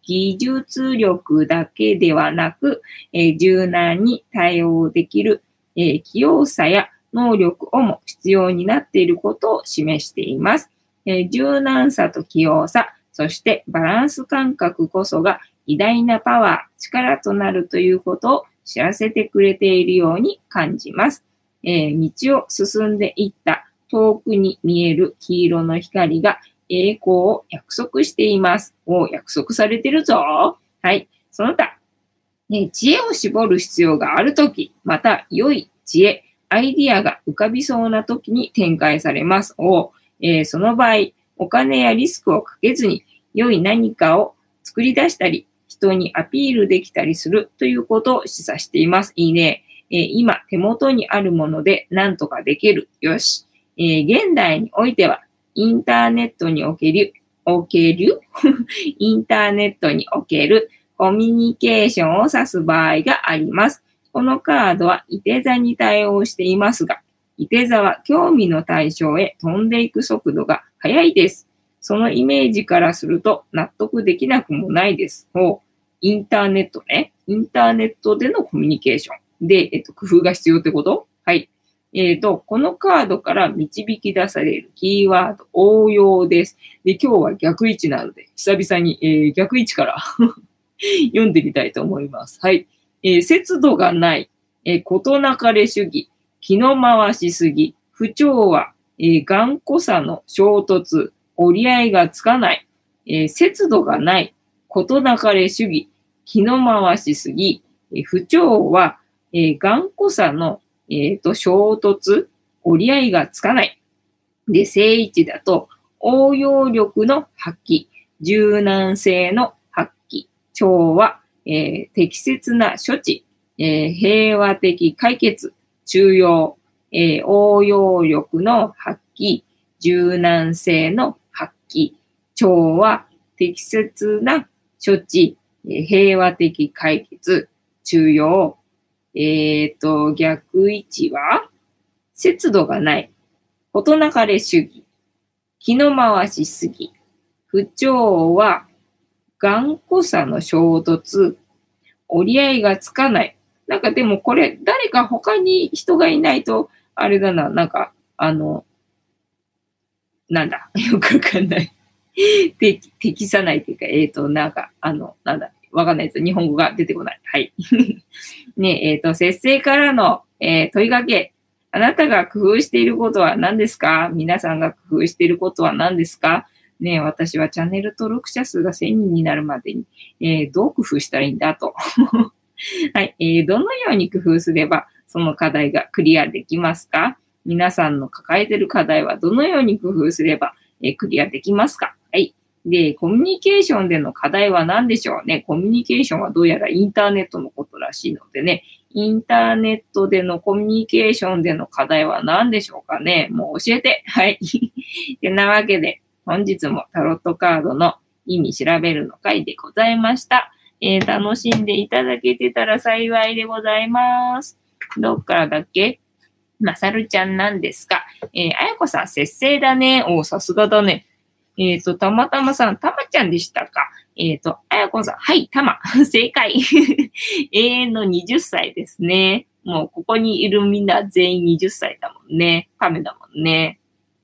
S1: 技術力だけではなく、えー、柔軟に対応できる、えー、器用さや能力をも必要になっていることを示しています。えー、柔軟さと器用さ、そしてバランス感覚こそが偉大なパワー、力となるということを知らせてくれているように感じます。えー、道を進んでいった遠くに見える黄色の光が栄光を約束しています。お、約束されてるぞ。はい。その他、えー、知恵を絞る必要があるとき、また良い知恵、アイディアが浮かびそうなときに展開されます。お、えー、その場合、お金やリスクをかけずに良い何かを作り出したり、人にアピールできたりするということを示唆しています。いいね。えー、今、手元にあるもので何とかできる。よし。えー、現代においては、インターネットにおける、おけるインターネットにおけるコミュニケーションを指す場合があります。このカードは射手座に対応していますが、射手座は興味の対象へ飛んでいく速度が速いです。そのイメージからすると納得できなくもないです。ほう、インターネットね。インターネットでのコミュニケーションで、えっと、工夫が必要ってこと？はい。えっと、このカードから導き出されるキーワード、応用です。で、今日は逆位置なので、久々に、えー、逆位置から読んでみたいと思います。はい。えー、節度がない、えー、事なかれ主義、気の回しすぎ、不調和、えー、頑固さの衝突、折り合いがつかない、えー、節度がない、事なかれ主義、気の回しすぎ、えー、不調和、えー、頑固さの、えー、と衝突、折り合いがつかない。で、正位置だと、応用力の発揮、柔軟性の発揮、調和、えー、適切な処置、えー、平和的解決、中庸、えー、応用力の発揮、柔軟性の発揮、調和、適切な処置、えー、平和的解決、中庸、えっと、逆位置は、節度がない、事なかれ主義、気の回しすぎ、不調和、頑固さの衝突、折り合いがつかない。なんかでもこれ、誰か他に人がいないと、あれだな、なんか、あの、なんだ、よくわかんない。適適さないというか、えっと、なんか、あの、なんだ、わかんないです。日本語が出てこない。はい。ねえ、えっと、節制からの、えー、問いかけ。あなたが工夫していることは何ですか？皆さんが工夫していることは何ですか？ねえ、私はチャンネル登録者数がせんにんになるまでに、えー、どう工夫したらいいんだと。はい、えー。どのように工夫すれば、その課題がクリアできますか？皆さんの抱えている課題はどのように工夫すれば、えー、クリアできますか？はい。で、コミュニケーションでの課題は何でしょうね。コミュニケーションはどうやらインターネットのことらしいのでね、インターネットでのコミュニケーションでの課題は何でしょうかね。もう教えて。はい。てなわけで、本日もタロットカードの意味調べるの回でございました。えー、楽しんでいただけてたら幸いでございます。どっからだっけ？まさるちゃんなんですか？えー、あやこさん、節制だね。おー、さすがだね。えっ、ー、と、たまたまさん、たまちゃんでしたか？えっ、ー、と、あやこさん、はい、たま。正解。永遠のはたちですね。もう、ここにいるみんな全員はたちだもんね。ためだもんね。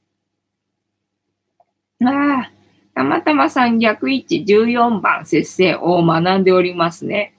S1: ああ、たまたまさん逆位置じゅうよんばん節制を学んでおりますね。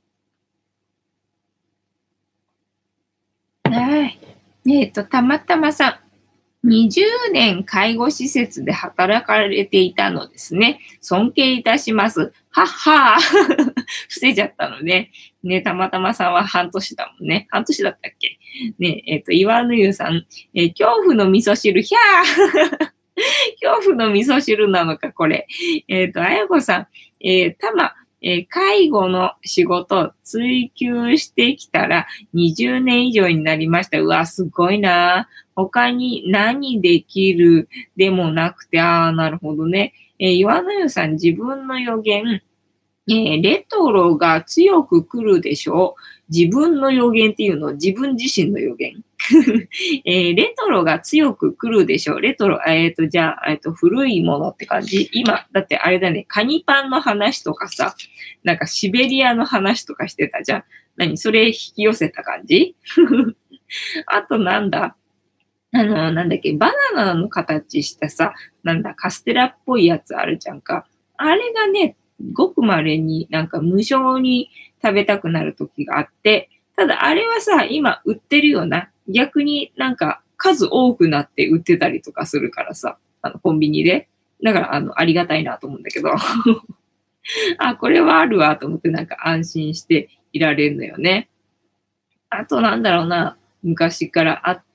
S1: はい。えっ、ー、と、たまたまさん。にじゅうねん介護施設で働かれていたのですね。尊敬いたします。はっはー。伏せちゃったのね。ね、たまたまさんは半年だもんね。半年だったっけ？ね、えっ、ー、と、岩の湯さん、えー、恐怖の味噌汁、ひゃー恐怖の味噌汁なのか、これ。えっ、ー、と、あやこさん、えー、たま、えー、介護の仕事追求してきたらにじゅうねん以上になりました。うわ、すごいな。他に何できるでもなくて、ああ、なるほどね。えー、岩の湯さん、自分の予言、 えーレトロが強く来るでしょう。自分の予言っていうのを自分自身の予言。えーレトロが強く来るでしょう。レトロ、えっ、と、じゃあ、えっ、と、古いものって感じ。今、だってあれだね、カニパンの話とかさ、なんかシベリアの話とかしてたじゃん。何それ引き寄せた感じあとなんだあの、なんだっけ、バナナの形したさ、なんだ、カステラっぽいやつあるじゃんか。あれがね、ごく稀になんか無性に食べたくなる時があって、ただあれはさ、今売ってるよな。逆になんか数多くなって売ってたりとかするからさ、あの、コンビニで。だから、あの、ありがたいなと思うんだけど。あ、これはあるわと思ってなんか安心していられるのよね。あとなんだろうな、昔からあって、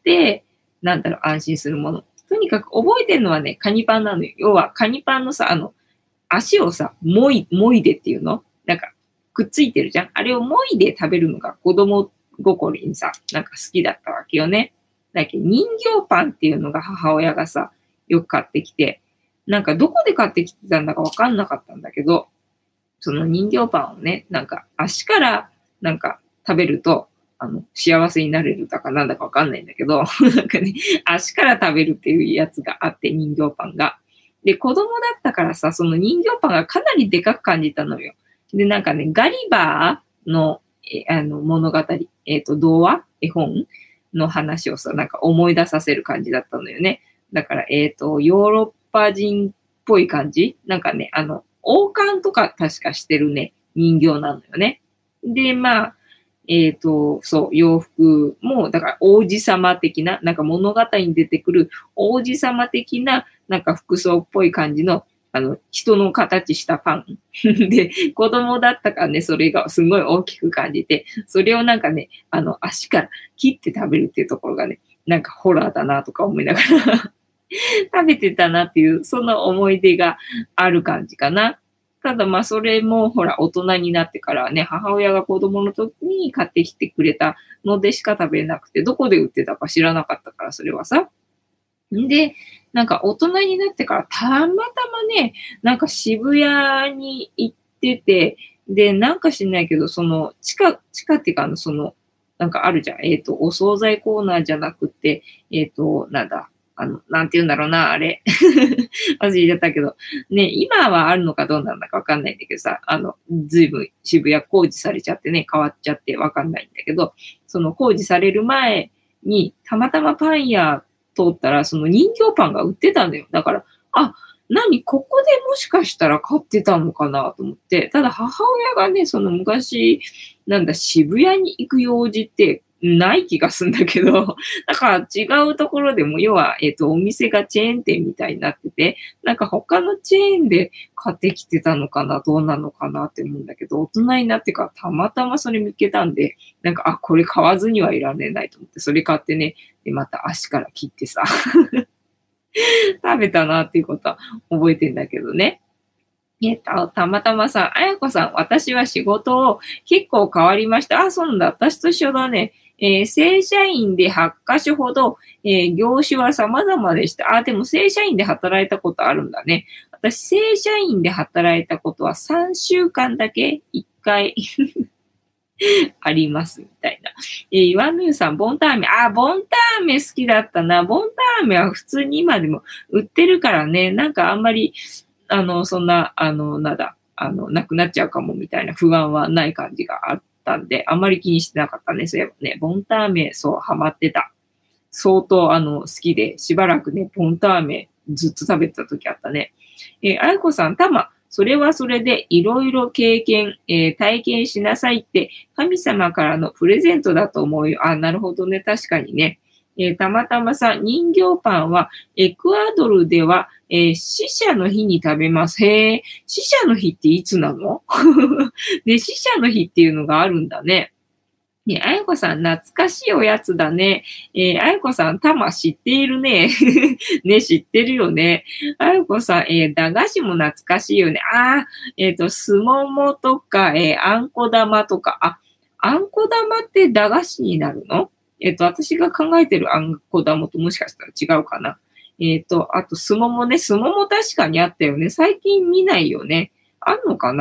S1: なんだろう、安心するもの。とにかく覚えてるのはね、カニパンなのよ。要は、カニパンのさ、あの、足をさ、もい、もいでっていうのなんか、くっついてるじゃん。あれをもいで食べるのが子供心にさ、なんか好きだったわけよね。だけど人形パンっていうのが母親がさ、よく買ってきて、なんかどこで買ってきてたんだかわかんなかったんだけど、その人形パンをね、なんか足からなんか食べると、あの、幸せになれるだかなんだかわかんないんだけど、なんかね、足から食べるっていうやつがあって、人形パンが。で、子供だったからさ、その人形パンがかなりでかく感じたのよ。で、なんかね、ガリバーの、えあの、物語、えっと、童話絵本の話をさ、なんか思い出させる感じだったのよね。だから、えっと、ヨーロッパ人っぽい感じなんかね、あの、王冠とか確かしてるね、人形なのよね。で、まあ、えっと、そう、洋服も、だから王子様的な、なんか物語に出てくる王子様的な、なんか服装っぽい感じの、あの、人の形したパン。で、子供だったからね、それがすごい大きく感じて、それをなんかね、あの、足から切って食べるっていうところがね、なんかホラーだなとか思いながら食べてたなっていう、その思い出がある感じかな。ただまあそれもほら大人になってからね、母親が子供の時に買ってきてくれたのでしか食べなくて、どこで売ってたか知らなかったから、それはさ。んで、なんか大人になってからたまたまね、なんか渋谷に行ってて、で、なんか知んないけど、その、地下、地下っていうか、あの、その、なんかあるじゃん。えっと、お惣菜コーナーじゃなくて、えっと、なんだ、あの、なんて言うんだろうな、あれ。忘れちゃったけど。ね、今はあるのかどうなんだかわかんないんだけどさ、あの、ずいぶん渋谷工事されちゃってね、変わっちゃってわかんないんだけど、その工事される前に、たまたまパン屋通ったら、その人形パンが売ってたんだよ。だから、あ、何ここでもしかしたら買ってたのかなと思って、ただ母親がね、その昔、なんだ、渋谷に行く用事ってない気がするんだけど、だから違うところでも、要は、えっと、お店がチェーン店みたいになってて、なんか他のチェーンで買ってきてたのかな、どうなのかなって思うんだけど、大人になってからたまたまそれ見つけたんで、なんか、あ、これ買わずにはいられないと思って、それ買ってね、で、また足から切ってさ、食べたなっていうことは覚えてんだけどね。えっと、たまたまさ、あやこさん、私は仕事を結構変わりました。あ、そうなんだ。私と一緒だね。えー正社員ではちカ所ほど、えー業種は様々でした。あ、でも正社員で働いたことあるんだね。私、正社員で働いたことはさんしゅうかんだけいっかいありますみたいな。えー、岩ヌさん、ボンターメン。あ、ボンターメン好きだったな。ボンターメンは普通に今でも売ってるからね。なんかあんまり、あの、そんな、あの、なんだ、あの、なくなっちゃうかもみたいな不安はない感じがあったんで、あんまり気にしてなかったね。そういえばね、ボンターメン、そう、ハマってた。相当、あの、好きで、しばらくね、ボンターメンずっと食べてた時あったね。えー、あやこさん、たま、それはそれでいろいろ経験、えー体験しなさいって神様からのプレゼントだと思うよ。あ、なるほどね。確かにね。えーたまたまさ、人形パンはエクアドルでは、えー死者の日に食べます。へえ、死者の日っていつなので、死者の日っていうのがあるんだね。ね、あやこさん、懐かしいおやつだね。えー、あやこさん、たま知っているね。ね、知ってるよね。あやこさん、えー、駄菓子も懐かしいよね。あー、えっと、すももとか、えー、あんこ玉とか、あ、あんこ玉って駄菓子になるの？えっと、私が考えてるあんこ玉ともしかしたら違うかな。えっと、あと、すももね。すもも確かにあったよね。最近見ないよね。あんのかな？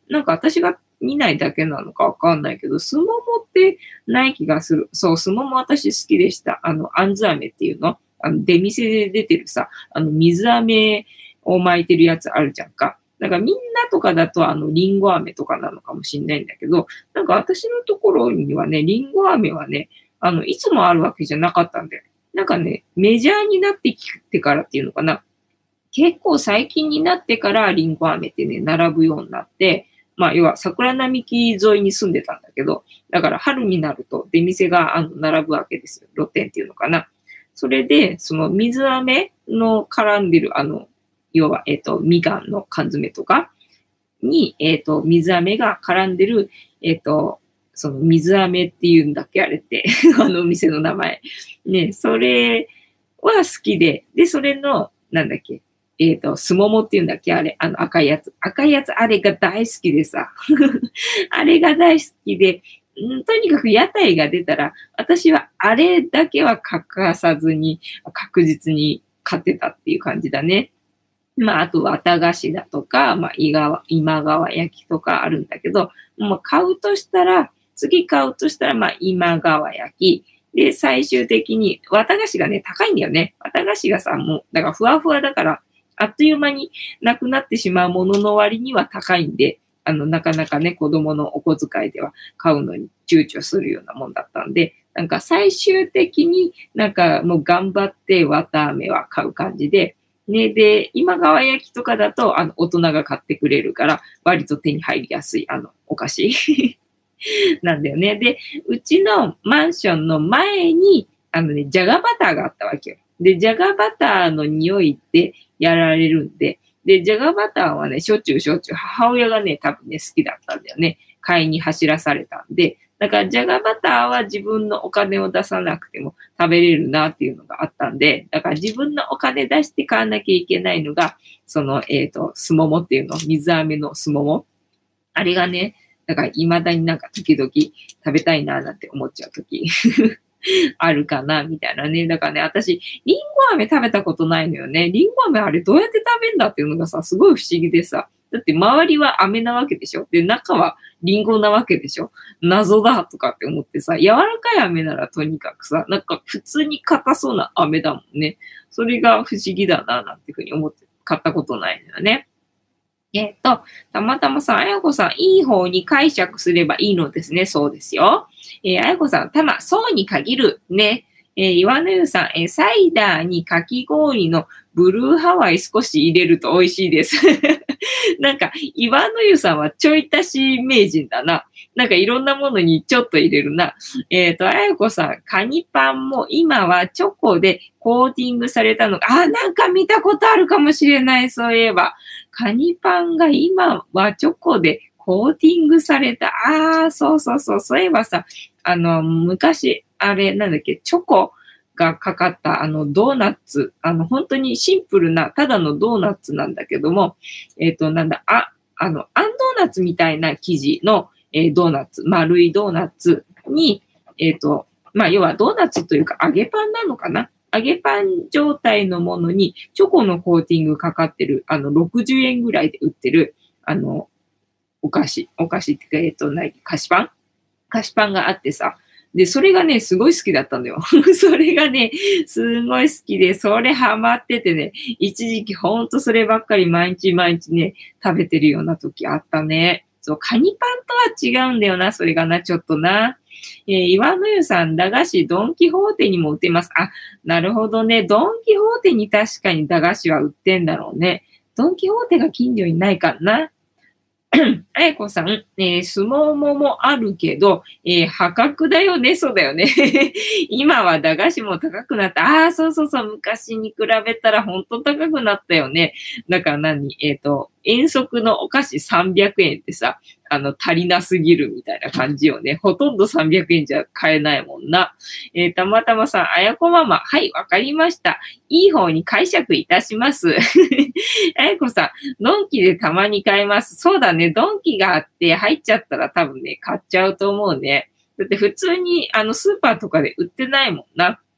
S1: なんか私が見ないだけなのかわかんないけど、すももってない気がする。そう、すもも私好きでした。あの、あんず飴っていうのあの、出店で出てるさ、あの、水飴を巻いてるやつあるじゃんか。なんかみんなとかだとあの、りんご飴とかなのかもしんないんだけど、なんか私のところにはね、りんご飴はね、あの、いつもあるわけじゃなかったんだよ。なんかね、メジャーになってきてからっていうのかな。結構最近になってからりんご飴ってね、並ぶようになって、まあ、要は桜並木沿いに住んでたんだけど、だから春になると出店があの並ぶわけですよ。露店っていうのかな。それで、その水飴の絡んでる、あの、要は、えっと、みかんの缶詰とかに、えっと、水飴が絡んでる、えっと、その水飴っていうんだっけあれって、あのお店の名前。ね、それは好きで、で、それの、なんだっけ、えっと、すももっていうんだっけあれ、あの赤いやつ。赤いやつ、あれが大好きでさ。あれが大好きで、んとにかく屋台が出たら、私はあれだけは欠かさずに、確実に買ってたっていう感じだね。まあ、あと、綿菓子だとか、まあ、いがわ今川焼きとかあるんだけど、もう買うとしたら、次買うとしたら、まあ、今川焼き。で、最終的に、綿菓子がね、高いんだよね。綿菓子がさ、もう、だからふわふわだから、あっという間になくなってしまうものの割には高いんで、あの、なかなかね、子供のお小遣いでは買うのに躊躇するようなもんだったんで、なんか最終的になんかもう頑張って綿飴は買う感じで、ね、で、今川焼きとかだと、あの、大人が買ってくれるから、割と手に入りやすい、あの、お菓子なんだよね。で、うちのマンションの前に、あのね、じゃがバターがあったわけよ。で、じゃがバターの匂いってやられるんで、で、じゃがバターはね、しょっちゅうしょっちゅう母親がね、多分ね、好きだったんだよね。買いに走らされたんで、だから、じゃがバターは自分のお金を出さなくても食べれるなっていうのがあったんで、だから自分のお金出して買わなきゃいけないのが、その、えっと、すももっていうの、水飴のすもも。あれがね、だから未だになんか時々食べたいななんて思っちゃう時あるかな、みたいなね。だからね、私、リンゴ飴食べたことないのよね。リンゴ飴あれどうやって食べんだっていうのがさ、すごい不思議でさ。だって周りは飴なわけでしょ。で、中はリンゴなわけでしょ。謎だとかって思ってさ、柔らかい飴ならとにかくさ、なんか普通に硬そうな飴だもんね。それが不思議だな、なんていうふうに思って買ったことないのよね。えっと、たまたまさん、あやこさん、いい方に解釈すればいいのですね。そうですよ。えー、あやこさん、たま、そうに限る。ね。えー、岩の湯さん、えー、サイダーにかき氷のブルーハワイ少し入れると美味しいです。なんか、岩の湯さんはちょい足し名人だな。なんかいろんなものにちょっと入れるな。えっと、あやこさん、カニパンも今はチョコでコーティングされたのが、あ、なんか見たことあるかもしれない、そういえば。カニパンが今はチョコでコーティングされた。ああ、そうそうそう。そういえばさ、あの、昔、あれ、なんだっけ、チョコがかかったあのドーナツ、あの、本当にシンプルな、ただのドーナツなんだけども、えっと、なんだ、あ、あの、あんドーナツみたいな生地の、えードーナツ、丸いドーナツに、えっと、まあ、要はドーナツというか揚げパンなのかな揚げパン状態のものにチョコのコーティングかかってる、あの、ろくじゅうえんぐらいで売ってる、あの、お菓子、お菓子っていうか、えっと、何、菓子パン菓子パンがあってさ、で、それがね、すごい好きだったんだよ。それがね、すごい好きで、それハマっててね、一時期ほんとそればっかり毎日毎日ね、食べてるような時あったね。そう、カニパンとは違うんだよな、それがな、ちょっとな。えー、岩の湯さん、駄菓子、ドンキホーテにも売ってます。あ、なるほどね。ドンキホーテに確かに駄菓子は売ってんだろうね。ドンキホーテが近所にないからな。あやこさん、えー、相撲ももあるけど、えー、破格だよね、そうだよね。今は駄菓子も高くなった。ああ、そうそうそう、昔に比べたら本当高くなったよね。だから何えっと、遠足のお菓子さんびゃくえんってさ、あの、足りなすぎるみたいな感じよね。ほとんどさんびゃくえんじゃ買えないもんな。えー、たまたまさん、あやこママ、はい、わかりました。いい方に解釈いたします。あやこさん、ドンキでたまに買えます。そうだね、ドンキがあって入っちゃったら多分ね、買っちゃうと思うね。だって普通にあのスーパーとかで売ってないもんな。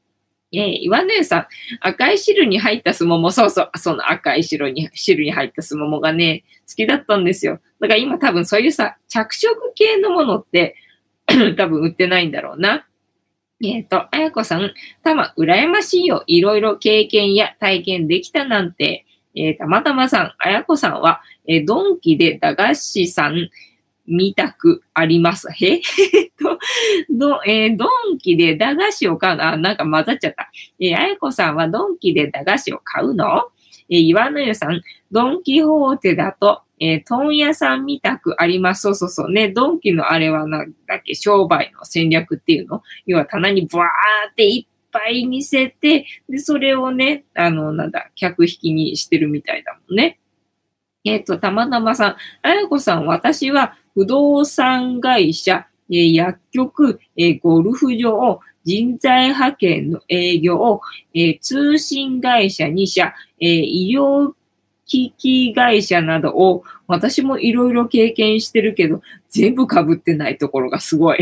S1: えー、岩根さん、赤い汁に入ったすもも、そうそう、その赤い汁に、汁に入ったすももがね、好きだったんですよ。だから今多分そういうさ、着色系のものって多分売ってないんだろうな。えっ、ー、と、あやこさん、たま、羨ましいよ。いろいろ経験や体験できたなんて。えー、たまたまさん、あやこさんは、えー、ドンキで駄菓子さん見たくあります。へえっと、ど、えー、ドンキで駄菓子を買うのあ、なんか混ざっちゃった。えー、あやこさんはドンキで駄菓子を買うのえー、岩の湯さん、ドンキホーテだと、えー、問屋さんみたくあります。そうそうそうね。ドンキのあれはなんだっけ、商売の戦略っていうの要は棚にブワーっていっぱい見せて、で、それをね、あの、なんだ、客引きにしてるみたいだもんね。えっと、たまたまさん、あやこさん、私は不動産会社、えー、薬局、えー、ゴルフ場、人材派遣の営業、えー、通信会社に社、えー、医療機器会社などを私もいろいろ経験してるけど、全部被ってないところがすごい。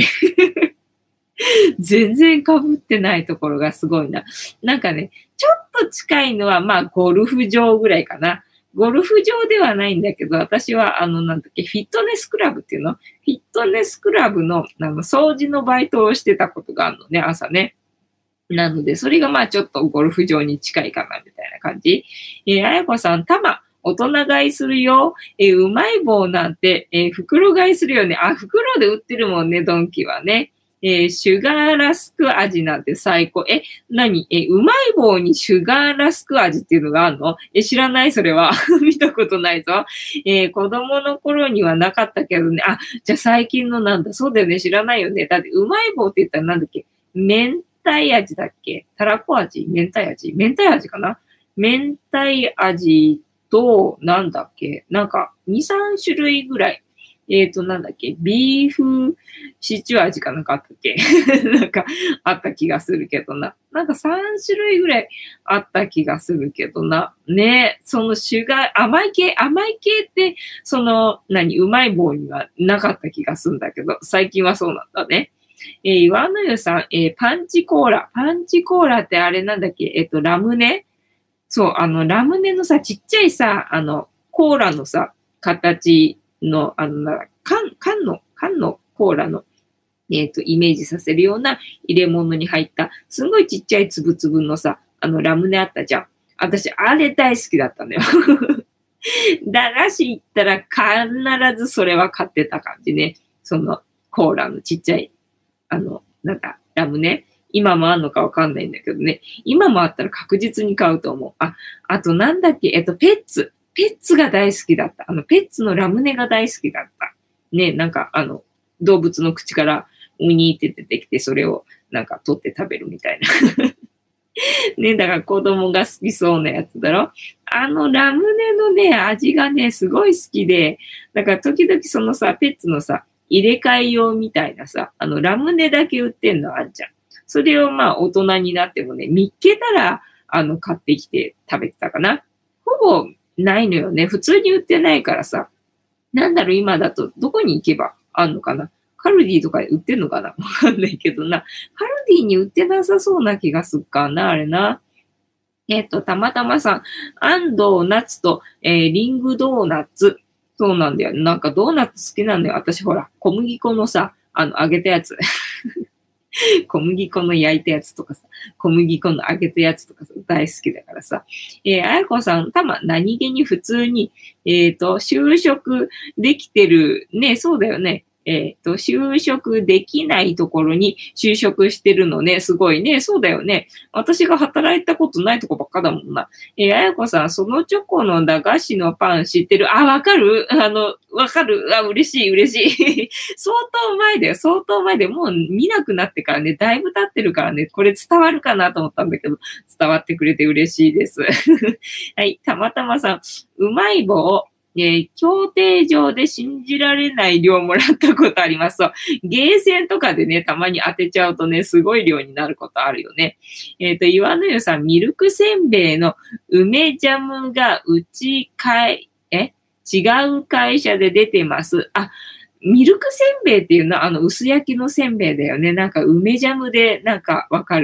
S1: 全然被ってないところがすごいな。なんかね、ちょっと近いのは、まあ、ゴルフ場ぐらいかな。ゴルフ場ではないんだけど、私は、あの、なんだっけ、フィットネスクラブっていうのフィットネスクラブの、あの、掃除のバイトをしてたことがあるのね、朝ね。なので、それがまあちょっとゴルフ場に近いかな、みたいな感じ。えー、あやこさん、たま、大人買いするよ。えー、うまい棒なんて、えー、袋買いするよね。あ、袋で売ってるもんね、ドンキはね。えー、シュガーラスク味なんて最高。え、何え、うまい棒にシュガーラスク味っていうのがあるのえ、知らないそれは。見たことないぞ。えー、子供の頃にはなかったけどね。あ、じゃあ最近のなんだ。そうだよね。知らないよね。だって、うまい棒って言ったらなんだっけ明太味だっけたらこ味明太味明太味かな明太味と、なんだっけなんか、に、さん種類ぐらい。えっと、なんだっけビーフシチュー味かなんかあったっけなんか、あった気がするけどな。なんかさん種類ぐらいあった気がするけどな。ねそのシュガー、甘い系、甘い系って、その、何、うまい棒にはなかった気がするんだけど、最近はそうなんだね。えー、岩の湯さん、えー、パンチコーラ。パンチコーラってあれなんだっけえっと、ラムネそう、あの、ラムネのさ、ちっちゃいさ、あの、コーラのさ、形の、あの、缶、缶の、缶のコーラの、えっと、イメージさせるような入れ物に入った、すごいちっちゃいつぶつぶのさ、あの、ラムネあったじゃん。私、あれ大好きだったのよ。駄菓子行ったら必ずそれは買ってた感じね。その、コーラのちっちゃいあの、なんか、ラムネ今もあんのかわかんないんだけどね。今もあったら確実に買うと思う。あ、あとなんだっけ、えっと、ペッツ。ペッツが大好きだった。あの、ペッツのラムネが大好きだった。ね、なんか、あの、動物の口からウニーって出てきて、それをなんか取って食べるみたいな。ね、だから子供が好きそうなやつだろ。あのラムネのね、味がね、すごい好きで、だから時々そのさ、ペッツのさ、入れ替え用みたいなさ、あの、ラムネだけ売ってんのあんじゃん。それをまあ大人になってもね、見っけたら、あの、買ってきて食べてたかな。ほぼないのよね。普通に売ってないからさ。なんだろう、今だとどこに行けばあんのかな。カルディとかで売ってんのかなわかんないけどな。カルディに売ってなさそうな気がすっかな、あれな。えっと、たまたまさん、アンドーナツと、えー、リングドーナツ。そうなんだよ。なんかドーナツ好きなんだよ。私ほら、小麦粉のさ、あの、揚げたやつ。小麦粉の焼いたやつとかさ、小麦粉の揚げたやつとかさ、大好きだからさ。えー、あやこさん、たま、何気に普通に、えっと、就職できてる。ね、そうだよね。えっと、就職できないところに就職してるのね。すごいね。そうだよね。私が働いたことないとこばっかだもんな。えー、あやこさん、そのチョコの駄菓子のパン知ってるあ、わかるあの、わかるあ、嬉しい、嬉しい。相当前だよ。相当前でもう見なくなってからね、だいぶ経ってるからね、これ伝わるかなと思ったんだけど、伝わってくれて嬉しいです。はい。たまたまさん、うまい棒。えー、協定上で信じられない量もらったことあります。そう。ゲーセンとかでね、たまに当てちゃうとね、すごい量になることあるよね。えっ、ー、と、岩の湯さん、ミルクせんべいの梅ジャムがうちかい、え違う会社で出てます。あ、ミルクせんべいっていうのは、あの、薄焼きのせんべいだよね。なんか、梅ジャムで、なんか、わかる。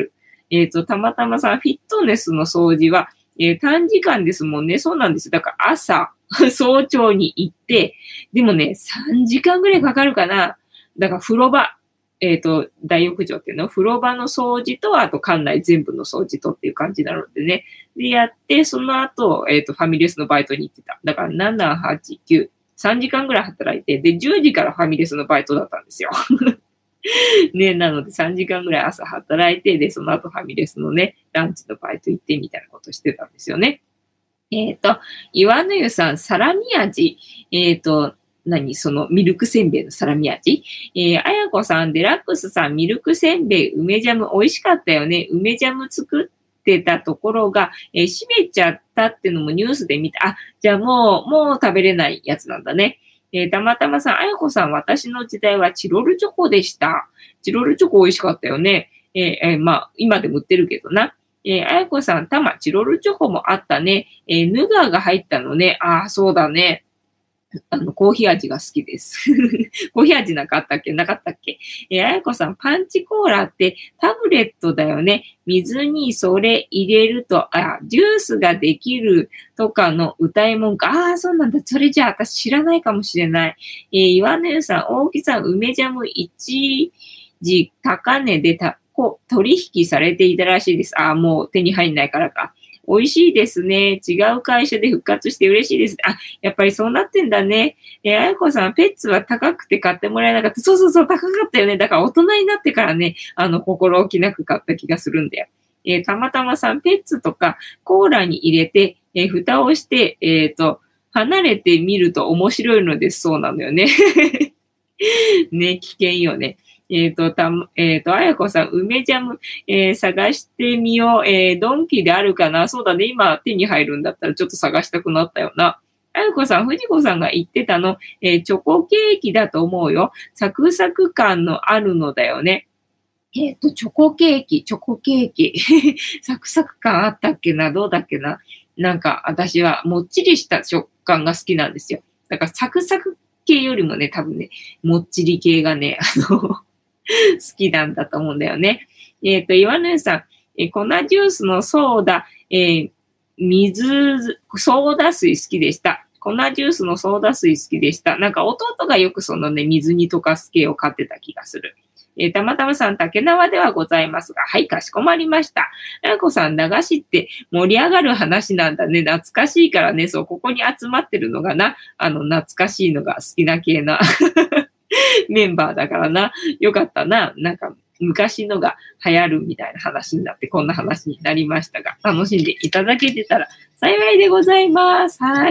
S1: えっと、たまたまさん、フィットネスの掃除は、えー短時間ですもんね。そうなんです。だから朝、早朝に行って、でもね、さんじかんぐらいかかるかな。だから風呂場、えっと、大浴場っていうの、風呂場の掃除と、あと館内全部の掃除とっていう感じなのでね。で、やって、その後、えっと、ファミレスのバイトに行ってた。だからなな、はち、きゅう、さんじかんぐらい働いて、で、じゅうじからファミレスのバイトだったんですよ。ね、なのでさんじかんぐらい朝働いて、で、その後ファミレスのね、ランチのバイト行ってみたいなことしてたんですよね。えっと、岩の湯さん、サラミ味。えっと、何そのミルクせんべいのサラミ味。えー、あやこさん、デラックスさん、ミルクせんべい、梅ジャム、美味しかったよね。梅ジャム作ってたところが、えー閉めちゃったっていうのもニュースで見た。あ、じゃあもう、もう食べれないやつなんだね。えーたまたまさん、あやこさん、私の時代はチロルチョコでした。チロルチョコ美味しかったよね。えーえーまあ、今でも売ってるけどな。えーあやこさん、たま、チロルチョコもあったね。えーヌガーが入ったのね。ああ、そうだね。あの、コーヒー味が好きです。コーヒー味なかったっけなかったっけえーあやこさん、パンチコーラってタブレットだよね。水にそれ入れると、あ、ジュースができるとかの歌い文句。ああ、そうなんだ。それじゃあ私知らないかもしれない。えー、岩根さん、大木さん、梅ジャム一時高値でたこ取引されていたらしいです。ああ、もう手に入んないからか。美味しいですね。違う会社で復活して嬉しいです。あ、やっぱりそうなってんだね。えー、あやこさん、ペッツは高くて買ってもらえなかった。そうそうそう、高かったよね。だから大人になってからね、あの、心置きなく買った気がするんだよ。えーたまたまさん、ペッツとかコーラに入れて、えー蓋をして、えっと、離れてみると面白いのです。そうなのよね。ね、危険よね。えっ、と、た、えっ、と、あやこさん、梅ジャム、えー探してみよう。えードンキであるかなそうだね。今手に入るんだったらちょっと探したくなったよな。あやこさん、藤子さんが言ってたの、えーチョコケーキだと思うよ。サクサク感のあるのだよね。えっ、と、チョコケーキ、チョコケーキ。サクサク感あったっけなどうだっけななんか、私はもっちりした食感が好きなんですよ。だから、サクサク系よりもね、多分ね、もっちり系がね、あの、好きなんだと思うんだよね。えっ、と、岩根さん、えー粉ジュースのソーダ、えー水、ソーダ水好きでした。粉ジュースのソーダ水好きでした。なんか弟がよくそのね、水に溶かす系を買ってた気がする。えーたまたまさん、竹縄ではございますが、はい、かしこまりました。あやこさん、駄菓子って盛り上がる話なんだね。懐かしいからね、そう、ここに集まってるのがな、あの、懐かしいのが好きな系なメンバーだからな。よかったな。なんか、昔のが流行るみたいな話になって、こんな話になりましたが、楽しんでいただけてたら幸いでございます。はい。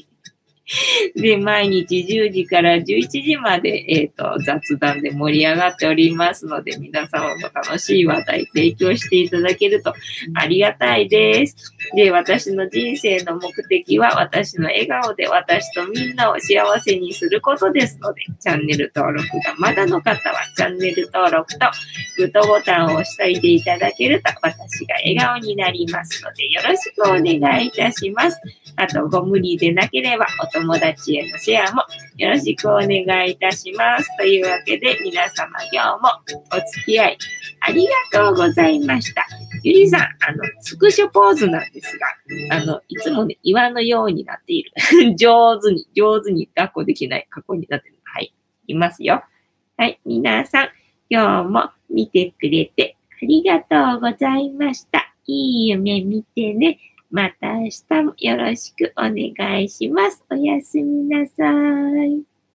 S1: で、毎日じゅうじからじゅういちじまで、えっ、と、雑談で盛り上がっておりますので、皆様も楽しい話題提供していただけるとありがたいです。で、私の人生の目的は、私の笑顔で私とみんなを幸せにすることですので、チャンネル登録がまだの方は、チャンネル登録とグッドボタンを押しておいていただけると、私が笑顔になりますので、よろしくお願いいたします。あと、ご無理でなければ、お友達へのシェアもよろしくお願いいたします。というわけで、皆様今日もお付き合いありがとうございました。ゆりさん、あの、スクショポーズなんですが、あの、いつもね、岩のようになっている。上手に、上手に抱っこできない過去になっている。はい。いますよ。はい。皆さん、今日も見てくれてありがとうございました。いい夢見てね。また明日もよろしくお願いします。おやすみなさい。